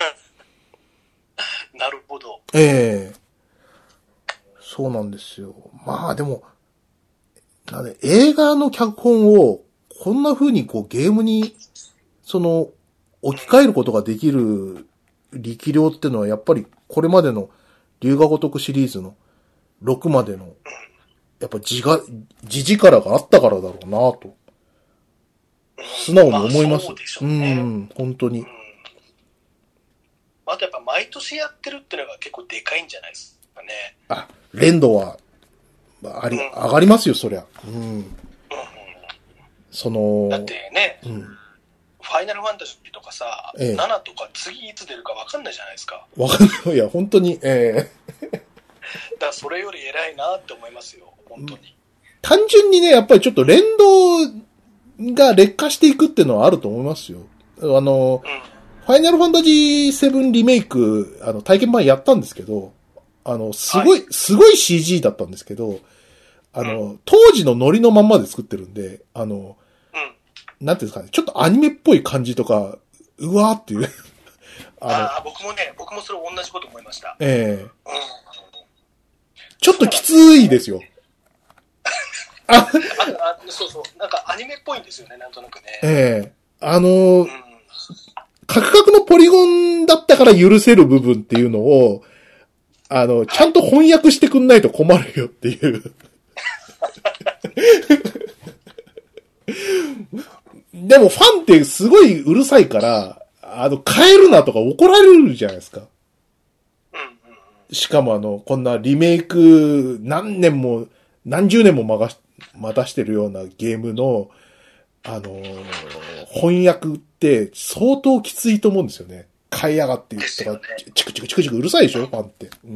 なるほど。 ええー、そうなんですよ。まあでも、なんで映画の脚本をこんな風にこうゲームに、その、置き換えることができる力量っていうのはやっぱりこれまでの龍が如くシリーズのろくまでの、やっぱ自が、自力があったからだろうなと。素直に思います。まあ、そうでしょうね。うん、本当に。うん、 あとやっぱ毎年やってるっていうのが結構でかいんじゃないですかね。 あ、連動は、あり、うん、上がりますよ、そりゃ。うん。うん、その、 だってね、 うん、 ファイナルファンタジーとかさ、ええ、ななとか次いつ出るか分かんないじゃないですか。 分かんない。いや、本当に、ええからそれより偉いなって思いますよ、本当に。 単純にね、やっぱりちょっと連動が劣化していくっていうのはあると思いますよ。あの、うん、ファイナルファンタジーセブンリメイク、あの、体験版やったんですけど、あの、すごい、はい、すごい シージー だったんですけど、あの、うん、当時のノリのまんまで作ってるんで、あの、うん、なんていうんですかね、ちょっとアニメっぽい感じとか、うわーっていう。 ああ、僕もね、僕もそれ同じこと思いました。 ええーうん、ちょっときついですよ。 ああそうそう。なんかアニメっぽいんですよね、なんとなくね。 ええー、あのー、うん、カクカクのポリゴンだったから許せる部分っていうのを、あの、ちゃんと翻訳してくんないと困るよっていう。でもファンってすごいうるさいから、あの、変えるなとか怒られるじゃないですか。しかもあの、こんなリメイク何年も、何十年も待たしてるようなゲームの、あのー、翻訳って相当きついと思うんですよね。買いやがってとか、ね、チクチクチクチクうるさいでしょ、ファンって。うん。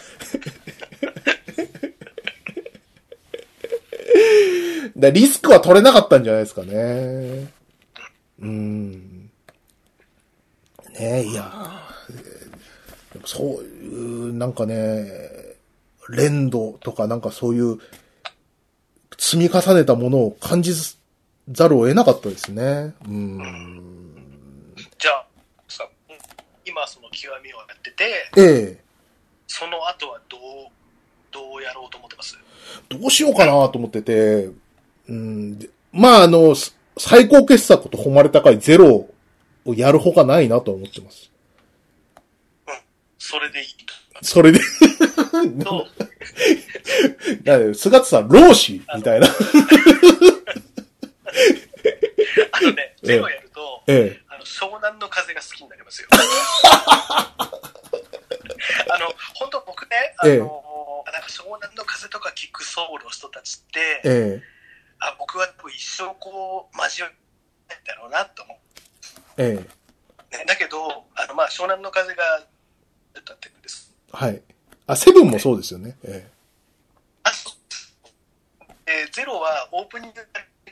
だリスクは取れなかったんじゃないですかね。うん。ねえ、いやでもそういう、なんかね、連動とかなんかそういう積み重ねたものを感じざるを得なかったですね。うん。 じゃあ、さ、今その極みをやってて、 ええ。 その後はどう、どうやろうと思ってます？ どうしようかなと思ってて、うん、まああの、最高傑作と誉れ高いゼロをやるほかないなと思ってます。 うん。それでいいと。 それで。どうだから菅田さん、老子みたいな。 あのね、ゼロやると、 ええ、 あの湘南の風が好きになりますよ。あの、本当僕ね、あの、ええ、なんか湘南の風とか聞くソウルの人たちって、ええ、あ僕は一生こう、交わないんだろうなと思う。ええ。ね、だけど、あの、まあ、湘南の風が歌ってるんです。 はい。あ、セブンもそうですよね。ええ。 あ、そう。えー、ゼロはオープニング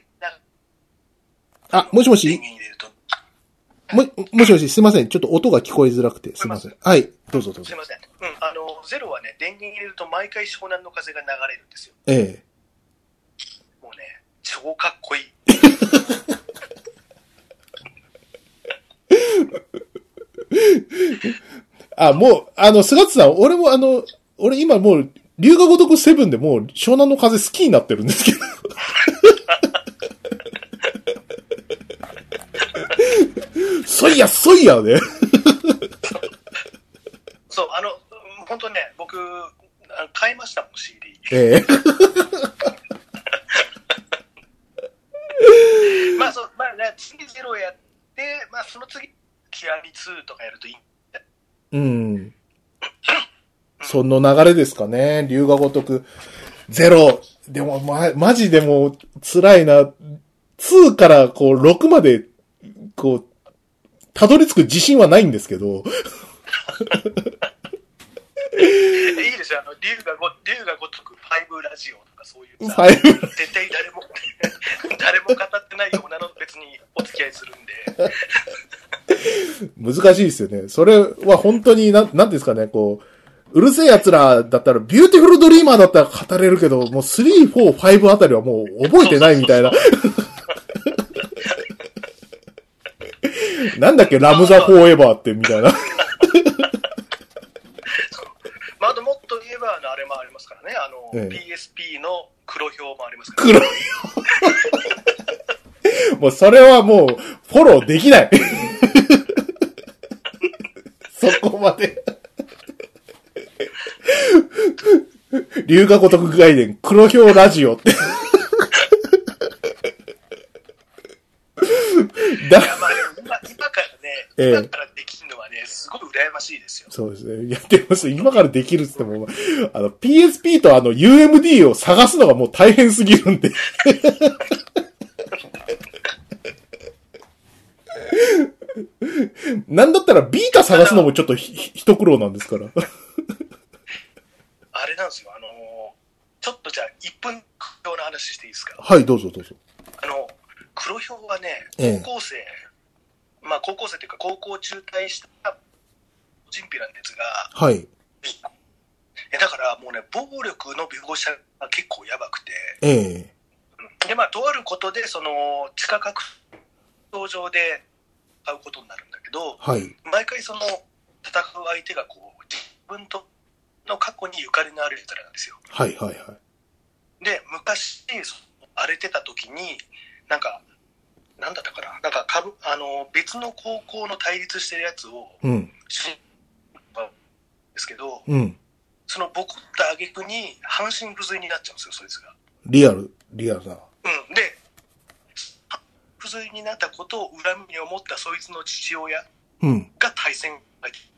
あ、もしもしも、もしもし、すいません。ちょっと音が聞こえづらくて、すいません。はい、どうぞどうぞ。 すいません。うん、あの、ゼロはね、電源入れると毎回湘南の風が流れるんですよ。 ええ。 もうね、超かっこいい。 あ、もう、あの、菅津さん、俺もあの、俺今もう、龍が如くセブンでもう湘南の風好きになってるんですけど。そいや、そいやね。 そう、あの、本当ね、僕、買いましたもん、シーディー。 ええ。 まあ、そう、まあね、次ゼロやって、まあ、その次、極みツーとかやるといい。 うん。その流れですかね。龍が如くゼロ。でも、ま、マジでも辛いな。ツーからこうろくまで、こう、たどり着く自信はないんですけど。いいですよ。あの、龍がご、龍が如くファイブラジオとかそういうさ。絶対誰も、誰も語ってないようなの別にお付き合いするんで。 難しいですよね。それは本当に、なん、なんですかね、こう、うるせえ奴らだったら、ビューティフルドリーマーだったら語れるけど、もうスリー、フォー、ファイブあたりはもう覚えてないみたいな。なんだっけ、ラムザフォーエバーってみたいな。 まあ、あともっと言えば、あの、あれもありますからね。あの、ええ、ピーエスピー の黒表もありますから、ね。 黒表もうそれはもう、フォローできない。そこまで。龍が如く外伝、黒表ラジオって。 だからまあ、今、今からね、ええ、今からできるのはね、すごい羨ましいですよ。 そうですね。やってます。今からできるって言っても、あの、ピーエスピー とあの、ユーエムディー を探すのがもう大変すぎるんで。なんだったらビータ探すのもちょっとひ、一苦労なんですから。 あれなんですよ。あの、ちょっとじゃあいっぷんような話していいですか？ はい、どうぞどうぞ。 あの、黒ひょうはね、高校生、ええ、まあ高校生というか高校中退したチンピラなんですが、 はい。 だからもうね、暴力の描写が結構やばくて、 ええ、で、まあ、とあることで、その、地下格闘場で会うことになるんだけど、 はい、 毎回その、戦う相手がこう、自分との過去にゆかりのある人なんですよ。 はいはいはい。 で、昔、荒れてた時に、なんか、なんだったかな、なんかかぶ、あの、別の高校の対立してるやつを、 うん。 ですけど、 うん。 そのボコった挙句に半身不随になっちゃうんですよ、そいつが。 リアル、リアルな。 うん。で、不随になったことを恨みに思ったそいつの父親が対戦相手。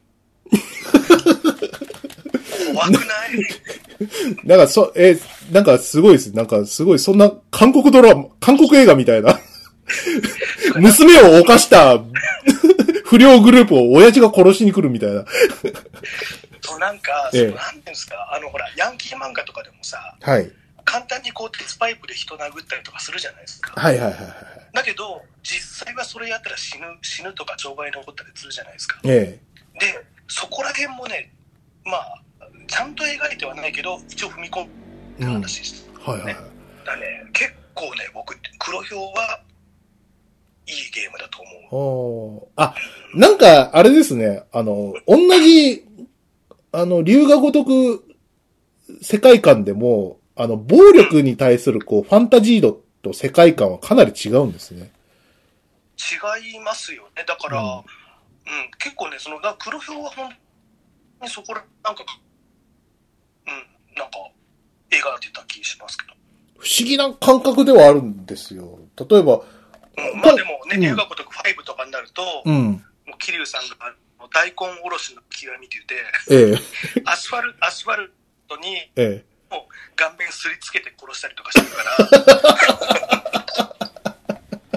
うん、怖くないなんかそ、え、なんかすごいです。なんかすごい、そんな韓国ドラマ、韓国映画みたいな。娘を犯した不良グループを親父が殺しに来るみたいな。 そう、なんか、ええ、そう、なんていうんですか、あの、ほら、ヤンキー漫画とかでもさ、 はい。 簡単にこう、鉄パイプで人殴ったりとかするじゃないですか。 はいはいはいはい。 だけど、実際はそれやったら死ぬ、死ぬとか障害に残ったりするじゃないですか。 ええ。で、そこら辺もね、まあ、ちゃんと描いてはないけど、一応踏み込む話です、ね。 うん、はいはいはい。 だね、結構ね、僕、黒ひょうはいいゲームだと思う。あ、なんか、あれですね、あの、同じ、あの、龍が如く世界観でも、あの、暴力に対する、こう、ファンタジー度と世界観はかなり違うんですね。 違いますよね。だから、うん、うん、結構ね、その、黒ひょうは本当にそこら、なんか、うん、なんか、描いてた気しますけど。 不思議な感覚ではあるんですよ。例えば、 うん、まあでもね、龍が如くごとかになると、うん、もう桐生さんが大根おろしの極みって言って、ええ、アスファル、アスファルトに、ええ、もう顔面すりつけて殺したりとかしてるから、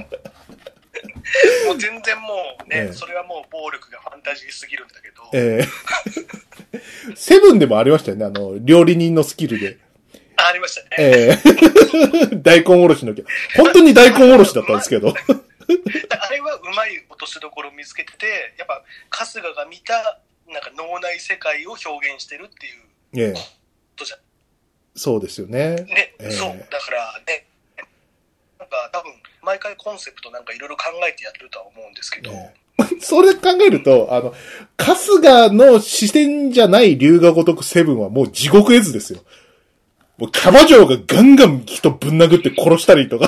もう全然もうね、ええ、それはもう暴力がファンタジーすぎるんだけど、ええ、セブンでもありましたよね、あの、料理人のスキルで。 あ, ありましたね。 ええー、大根おろしの、本当に大根おろしだったんですけど。 あれはうまい落としどころを見つけてて、やっぱ春日が見たなんか脳内世界を表現してるっていうことじゃん。 ええ、そうですよね。 ね、ええ、そうだからね、なんか多分毎回コンセプトなんかいろいろ考えてやってるとは思うんですけど。ええ、それ考えると、あの、春日の視点じゃない龍が如くセブンはもう地獄絵図ですよ。もうキャバ嬢がガンガン人ぶん殴って殺したりとか。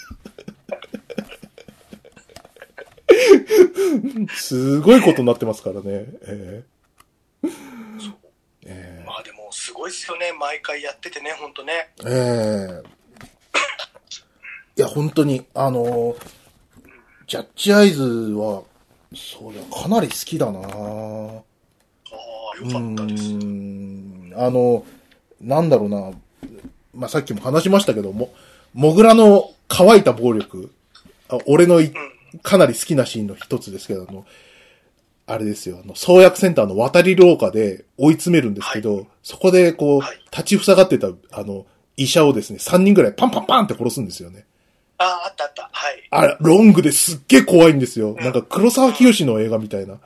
すごいことになってますからね。えー、 そう、えー、まあでもすごいですよね。毎回やっててね、ほんとね。 ええー。いや、本当に、あの、ジャッジアイズは、そうだ、かなり好きだなぁ。ああ、 よかったです。 うーん、あの、なんだろうな、まあ、さっきも話しましたけども、モグラの乾いた暴力、あ俺のいかなり好きなシーンの一つですけど、あの、あれですよ、あの、創薬センターの渡り廊下で追い詰めるんですけど、はい、そこでこう、はい、立ち塞がってた、あの、医者をですね、さんにんぐらいパンパンパンって殺すんですよね。 ああ、あったあった。はい。 あれ、ロングですっげえ怖いんですよ。うん、なんか黒沢清の映画みたいな。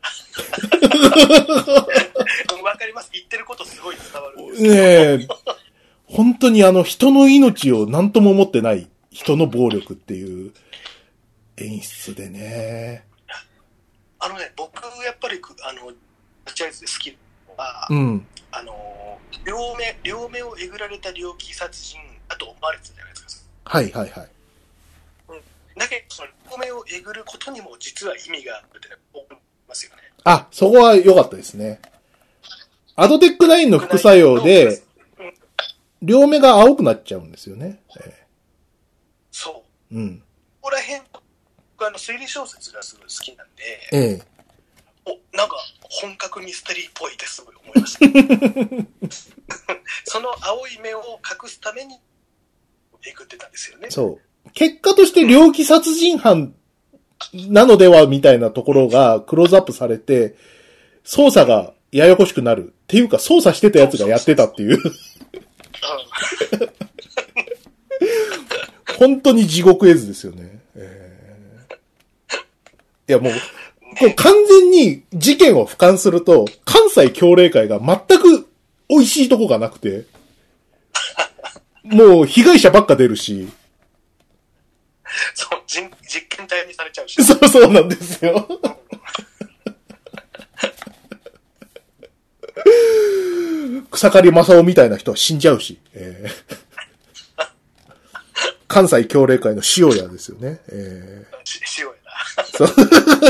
わかります。言ってることすごい伝わるんですねえ。本当にあの人の命を何とも思ってない人の暴力っていう演出でね。 あのね、僕やっぱりあのジャイズで好きなのは、 うん、 あの両目両目をえぐられた猟奇殺人だと思われてたじゃないですか。 はいはいはい。 うん、だけどその両目をえぐることにも実は意味があるって思いますよね。 あ、そこは良かったですね。アドテックナインの副作用で。両目が青くなっちゃうんですよね。えー、 そう。 うん。 ここら辺、僕あの推理小説がすごい好きなんで、 ええ、 お、なんか本格ミステリーっぽいってすごい思いました。その青い目を隠すためにえぐってたんですよね。 そう。結果として猟奇殺人犯なのではみたいなところがクローズアップされて、捜査がややこしくなる。っていうか、操作してたやつがやってたっていう。本当に地獄絵図ですよね。えー、いやもう、こう完全に事件を俯瞰すると、関西協励会が全く美味しいとこがなくて、もう被害者ばっか出るし。 そう、実験体にされちゃうし。 そうそうなんですよ。草刈正雄みたいな人は死んじゃうし。えー関西協励会の塩屋ですよね。えー、塩屋だ。 そう。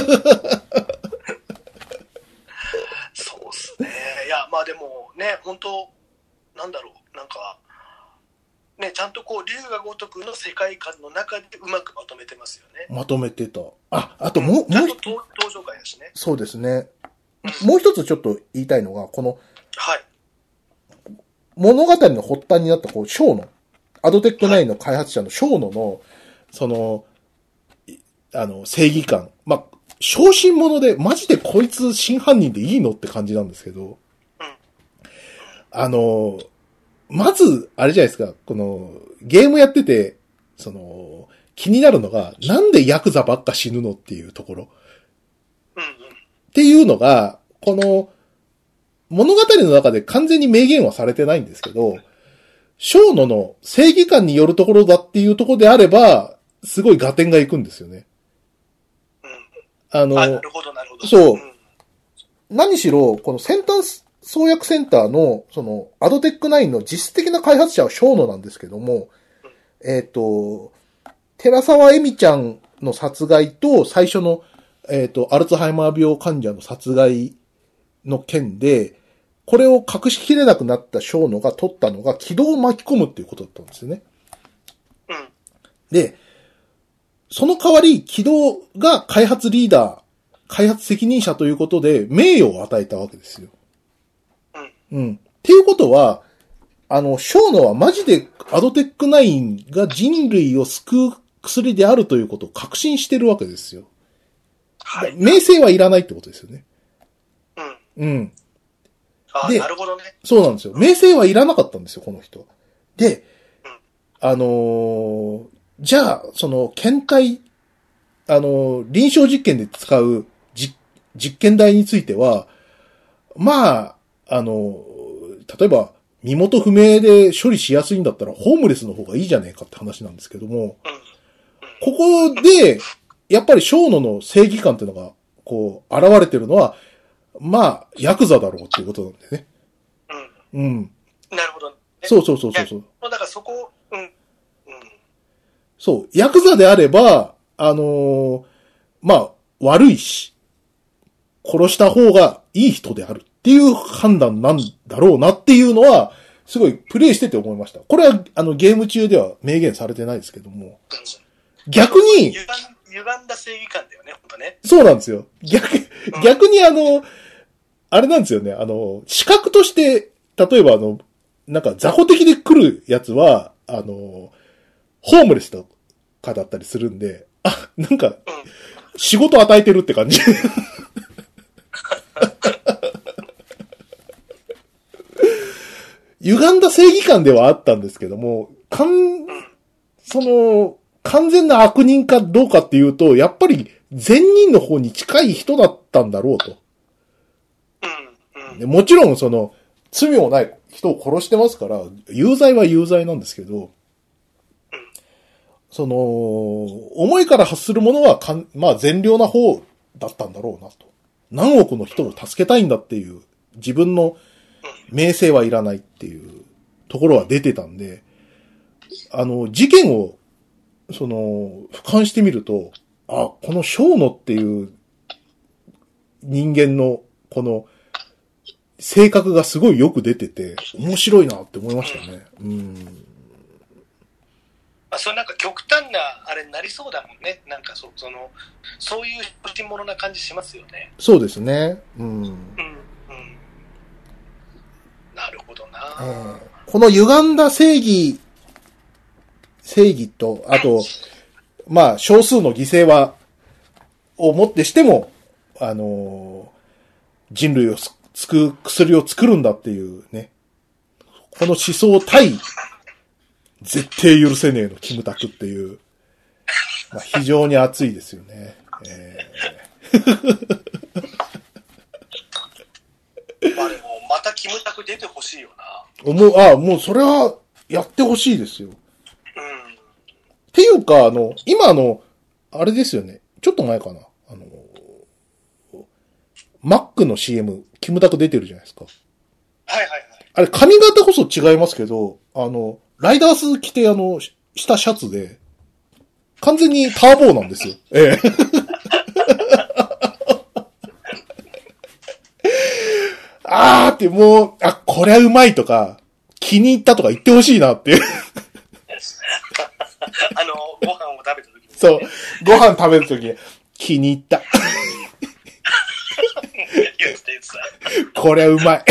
そうっすね。いや、まあでもね、本当なんだろう、なんか、ね、ちゃんとこう、龍が如くの世界観の中でうまくまとめてますよね。 まとめてた。あ、あともう、 ちゃんと登場会だしね。 そうですね。もう一つちょっと言いたいのが、この、 はい。 物語の発端になったこう、ショーの、アドテックナインの開発者のショーノの、その、あの、正義感。まあ、小心者で、マジでこいつ真犯人でいいのって感じなんですけど、 うん、 あの、まず、あれじゃないですか、この、ゲームやってて、その、気になるのが、なんでヤクザばっか死ぬのっていうところ。 うんうん、 っていうのが、この、物語の中で完全に明言はされてないんですけど、ショーノの正義感によるところだっていうところであれば、すごい合点がいくんですよね。 うん、 あの、 あ、なるほどなるほど。 そう。うん、何しろ、この先端創薬センターの、その、アドテックナインの実質的な開発者はショーノなんですけども、うん、えっ、ー、と、寺沢恵美ちゃんの殺害と、最初の、えっ、ー、と、アルツハイマー病患者の殺害の件で、これを隠しきれなくなったショーノが取ったのが、軌道を巻き込むっていうことだったんですよね。 うん。 で、その代わり、軌道が開発リーダー、開発責任者ということで、名誉を与えたわけですよ。 うん。 うん。っていうことは、あの、ショーノはマジでアドテックナインが人類を救う薬であるということを確信してるわけですよ。はい。名声はいらないってことですよね。 うん。 うん。 あ、なるほどね。 そうなんですよ。名声はいらなかったんですよ、この人。で、うん、あのー、じゃあ、その、検体、あのー、臨床実験で使う実、実験台については、まあ、あのー、例えば、身元不明で処理しやすいんだったら、ホームレスの方がいいじゃねえかって話なんですけども、うんうん、ここで、やっぱりショーノの正義感っていうのが、こう、現れてるのは、まあ、ヤクザだろうっていうことなんだよね。うん。うん。 なるほど、ね。 そうそうそうそうそう。 だからそこ、うん。うん。 そう。ヤクザであれば、あのー、まあ、悪いし、殺した方がいい人であるっていう判断なんだろうなっていうのは、すごいプレイしてて思いました。これは、あの、ゲーム中では明言されてないですけども。逆に、 歪んだ正義感だよね、本当ね。 そうなんですよ。逆、逆にあの、あれなんですよね。あの、資格として、例えばあの、なんか雑魚的で来るやつは、あの、ホームレスとかだったりするんで、あ、なんか、仕事与えてるって感じ。歪んだ正義感ではあったんですけども、かん、その、完全な悪人かどうかっていうと、やっぱり善人の方に近い人だったんだろうと。でもちろんその、罪もない人を殺してますから、有罪は有罪なんですけど、その、思いから発するものはかん、まあ善良な方だったんだろうなと。何億の人を助けたいんだっていう、自分の名声はいらないっていうところは出てたんで、あの、事件を、その、俯瞰してみると、あ、このショーノっていう人間の、この、性格がすごいよく出てて、面白いなって思いましたね。うん。うん、 まあ、それなんか極端なあれになりそうだもんね。なんかそそのそういう欲しいものな感じしますよね。 そうですね。うん。うん、うん。 なるほどな、 えー。この歪んだ正義、正義と、あと、まあ、少数の犠牲は、をもってしても、あのー、人類をつく薬を作るんだっていうね。この思想対、絶対許せねえのキムタクっていう、まあ、非常に熱いですよね。えー、まあでも、またキムタク出てほしいよな。 思う、あ、もうそれはやってほしいですよ。うん。っていうか、あの、今あの、あれですよね。ちょっと前かな。あの、マックの シーエム、キムタク出てるじゃないですか。 はいはいはい。 あれ、髪型こそ違いますけど、あの、ライダース着て、あの、下シャツで、完全にターボーなんですよ。ええ。あーってもう、あ、これはうまいとか、気に入ったとか言ってほしいなっていう。 あの、ご飯を食べた時に、ね。 そう。ご飯食べる時に、気に入った。 言ってた言ってた。 これはうまい。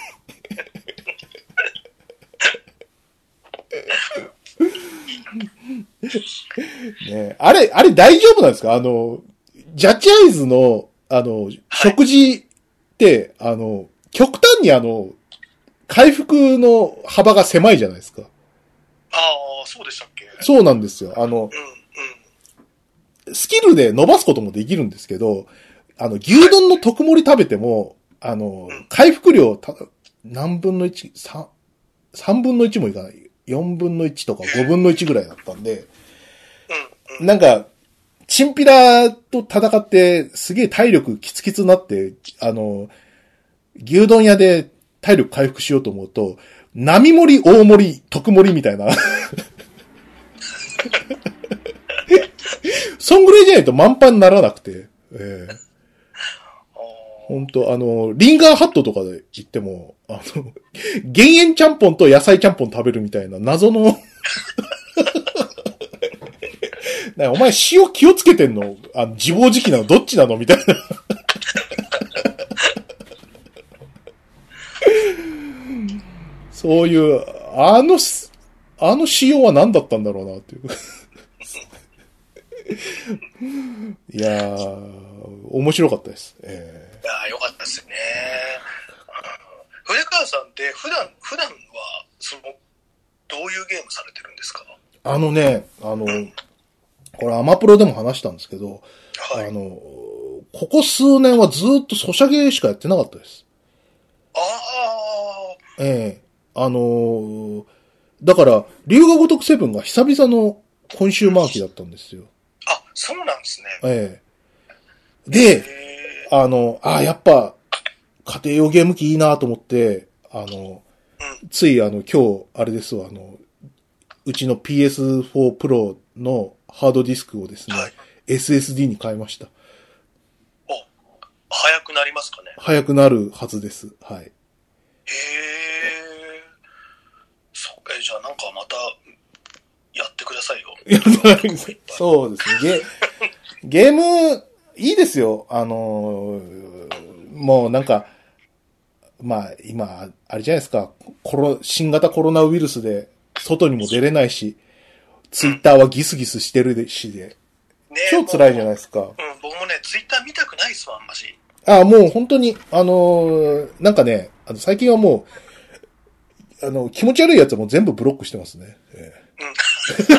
ね、あれ、あれ大丈夫なんですか？あの、ジャッジアイズの、あの、はい、食事って、あの、極端にあの、回復の幅が狭いじゃないですか。 ああ、そうでしたっけ？ そうなんですよ。あの、うんうん、スキルで伸ばすこともできるんですけど、あの、牛丼の特盛り食べても、はい、あの、回復量、た何分のいち、三、三分のいちもいかない。よんぶんのいちとかごぶんのいちぐらいだったんで、なんか、チンピラと戦ってすげえ体力キツキツになって、あの、牛丼屋で体力回復しようと思うと、並盛り、大盛り、特盛りみたいな。そんぐらいじゃないと満帆にならなくて、えー本当あの、リンガーハットとかで行っても、あの、減塩ちゃんぽんと野菜ちゃんぽん食べるみたいな謎のなお前塩気をつけてんのあの自暴自棄なのどっちなのみたいなそういう、あの、あの塩は何だったんだろうなっていう。いやー、面白かったです。えー、 いやー、よかったですよね。筆川さんって普段、普段は、その、どういうゲームされてるんですか？ あのね、あの、うん、これアマプロでも話したんですけど、はい、あの、ここ数年はずっとソシャゲしかやってなかったです。 ああ。 ええー、あのー、だから、龍が如くセブンが久々のコンシューマー機だったんですよ。 あ、そうなんですね。 ええー。で、あの、あ、やっぱ、家庭用ゲーム機いいなと思って、あの、うん、ついあの、今日、あれですわ、あの、うちの ピーエスフォー Pro のハードディスクをですね、はい、エスエスディー に変えました。 お、早くなりますかね？ 早くなるはずです。はい。へえ。そっか、じゃあなんかまた、やってくださいよ。 そうですね。ゲ、ゲーム、いいですよ。あのー、もうなんか、まあ今、あれじゃないですか、コロ、新型コロナウイルスで外にも出れないし、ツイッターはギスギスしてるしで、ね、超辛いじゃないですか。うん、 僕もね、ツイッター見たくないっすわ、あんまし。 ああ、もう本当に、あのー、なんかね、あの最近はもう、あの、気持ち悪いやつはもう全部ブロックしてますね。ええうん、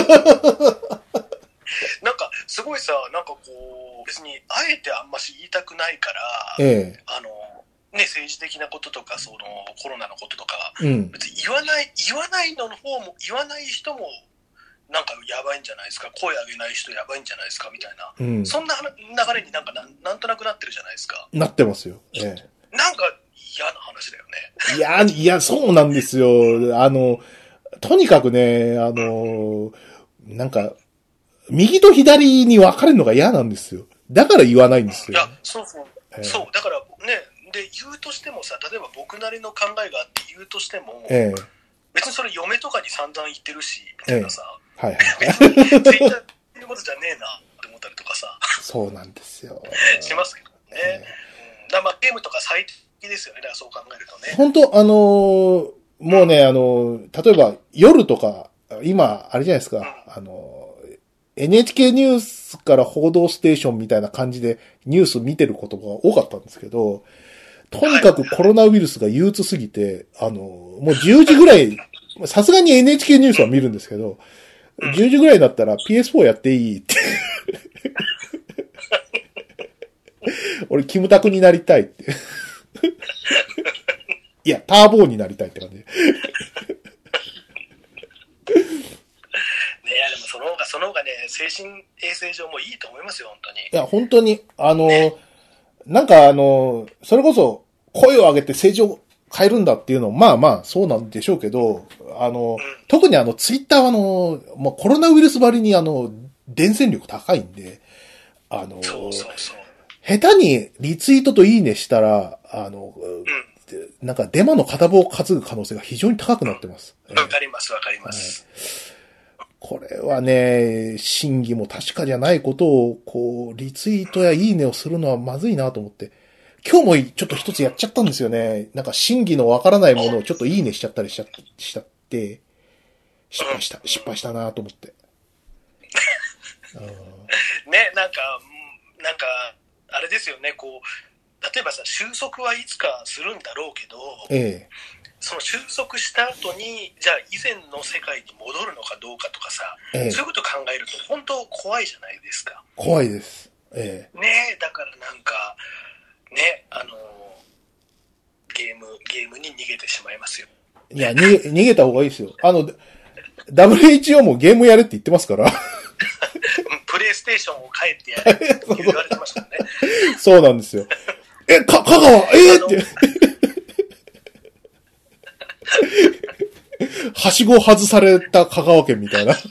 なんか、すごいさ、なんかこう、別に、あえてあんまし言いたくないから、ええ、あの、ね、政治的なこととか、その、コロナのこととか、うん、別に言わない、言わないのの方も、言わない人も、なんかやばいんじゃないですか、声上げない人やばいんじゃないですか、みたいな。うん、そんな流れになんかな、なんとなくなってるじゃないですか。 なってますよ。ええ、 なんか嫌な話だよね。 いや、いや、そうなんですよ。あの、とにかくね、あの、なんか、右と左に分かれるのが嫌なんですよ。だから言わないんですよ。 いや、そうそう。えー、そう。だからね、で、言うとしてもさ、例えば僕なりの考えがあって言うとしても、えー、別にそれ嫁とかに散々言ってるし、みたいなさ。えー、はいはい。別にツイッター言ってることじゃねえなって思ったりとかさ。 そうなんですよ。 しますけどね。えー、だまあゲームとか最適ですよね。だからそう考えるとね。 本当あのー、もうね、あのー、例えば夜とか、今、あれじゃないですか、うん、あのー、エヌエイチケー ニュースから報道ステーションみたいな感じでニュース見てることが多かったんですけど、 とにかくコロナウイルスが憂鬱すぎて、あの、もうじゅうじぐらい、さすがに エヌエイチケー ニュースは見るんですけど、じゅうじぐらいだったら ピーエスフォー やっていいって。俺、キムタクになりたいって。いや、ターボーになりたいって感じ。ねえ、でもその方が、その方がね、精神衛生上もいいと思いますよ、本当に。いや、本当に、あの、ね、なんかあの、それこそ、声を上げて政治を変えるんだっていうのも、まあまあ、そうなんでしょうけど、あの、うん、特にあの、ツイッターはあの、まあ、コロナウイルスばりにあの、伝染力高いんで、あの、 そうそうそう。 下手にリツイートといいねしたら、あの、うん、なんかデマの片棒を担ぐ可能性が非常に高くなってます。 わ、うん、かります、わかります。 はい、これはね、真偽も確かじゃないことを、こう、リツイートやいいねをするのはまずいなと思って。今日もちょっと一つやっちゃったんですよね。なんか真偽のわからないものをちょっといいねしちゃったりしちゃしちゃって、失敗した、失敗したなと思って。 ね、なんか、なんか、あれですよね、こう、例えばさ、収束はいつかするんだろうけど、 ええ、 その収束した後に、じゃあ以前の世界に戻るのかどうかとかさ、ええ、そういうこと考えると本当怖いじゃないですか。 怖いです。ええ、ねえ、だからなんか、ね、あの、ゲーム、ゲームに逃げてしまいますよ。 いや、逃げ、逃げた方がいいですよ。あの、ダブリューエイチオー もゲームやれって言ってますから。 プレイステーションを変えてやれって言われてましたね。 そうなんですよ。え、か、香川えー、って。はしご外された香川県みたいな。ね、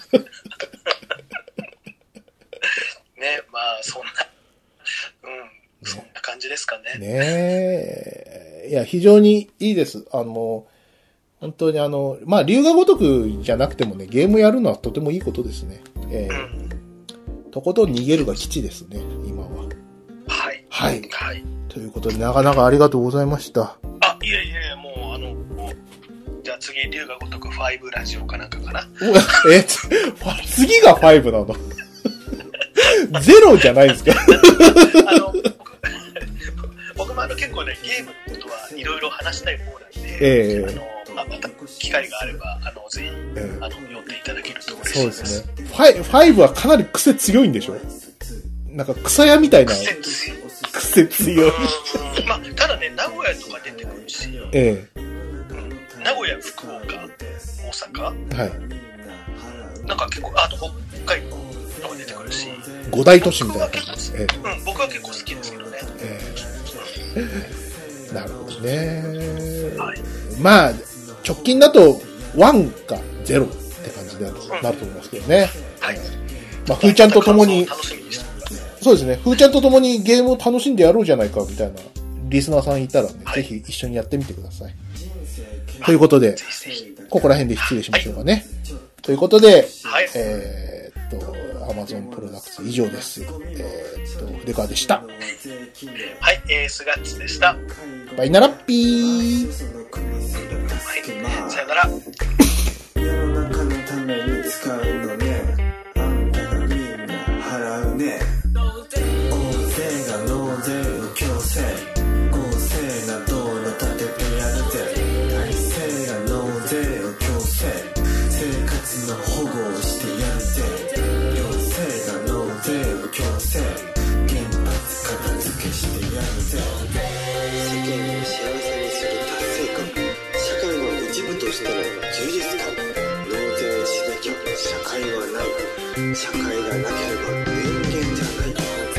まあ、そんな、うん、そんな感じですかね。 ねえ。いや、非常にいいです。あの、本当にあの、まあ、龍が如くじゃなくてもね、ゲームやるのはとてもいいことですね。えーうん、とことん逃げるが基地ですね、今は。 はい。 はい。 はい。 ということで、なかなかありがとうございました。 あ、いえいえ、もう、あの、じゃあ次、龍が如くファイブラジオかなんかかな。 え、次がファイブなのゼロじゃないですかあの、僕もあの結構ね、ゲームのことはいろいろ話したい方なんで、えー、あの、まあ、また機会があれば、あの、ぜひ、えー、あの、読んでいただけると嬉しいです。 そうですね。ファイ、ファイブはかなり癖強いんでしょ？なんか草屋みたいな。 癖強い。 癖強い。 まあ、ただね、名古屋とか出てくるし、 ええー、名古屋、福岡、大阪、 はい。 なんか結構、あと北海道とか出てくるし、 五大都市みたいな感じです。 ええ、うん、僕は結構好きですけどね。ええ、なるほどね。 はい、 まあ、直近だとワンかゼロって感じになると思いますけどね。 はい。 まあ、ふーちゃんと共に、 楽しみにしてそうですね。ふーちゃんと共にゲームを楽しんでやろうじゃないかみたいなリスナーさんいたらね、はい、ぜひ一緒にやってみてください。ということで、ここら辺で失礼しましょうかね。はい、ということで、 はい、 えー、っと、Amazon プロダクツ以上です。えー、っと、筆川でした。 はい、えー、スガッツでした。 バイナラッピー。 はい、さよなら。 世の中のために使うのね。あんたがみんな払うね。大勢が納税を強制。公正な道路立ててやるぜ。大勢が納税を強制。生活の保護をしてやるぜ。行政が納税を強制。原発片付けしてやるぜ。世間を幸せにする達成感。社会の一部としての充実感。納税しなきゃ社会はない。社会がなければ人間じゃない。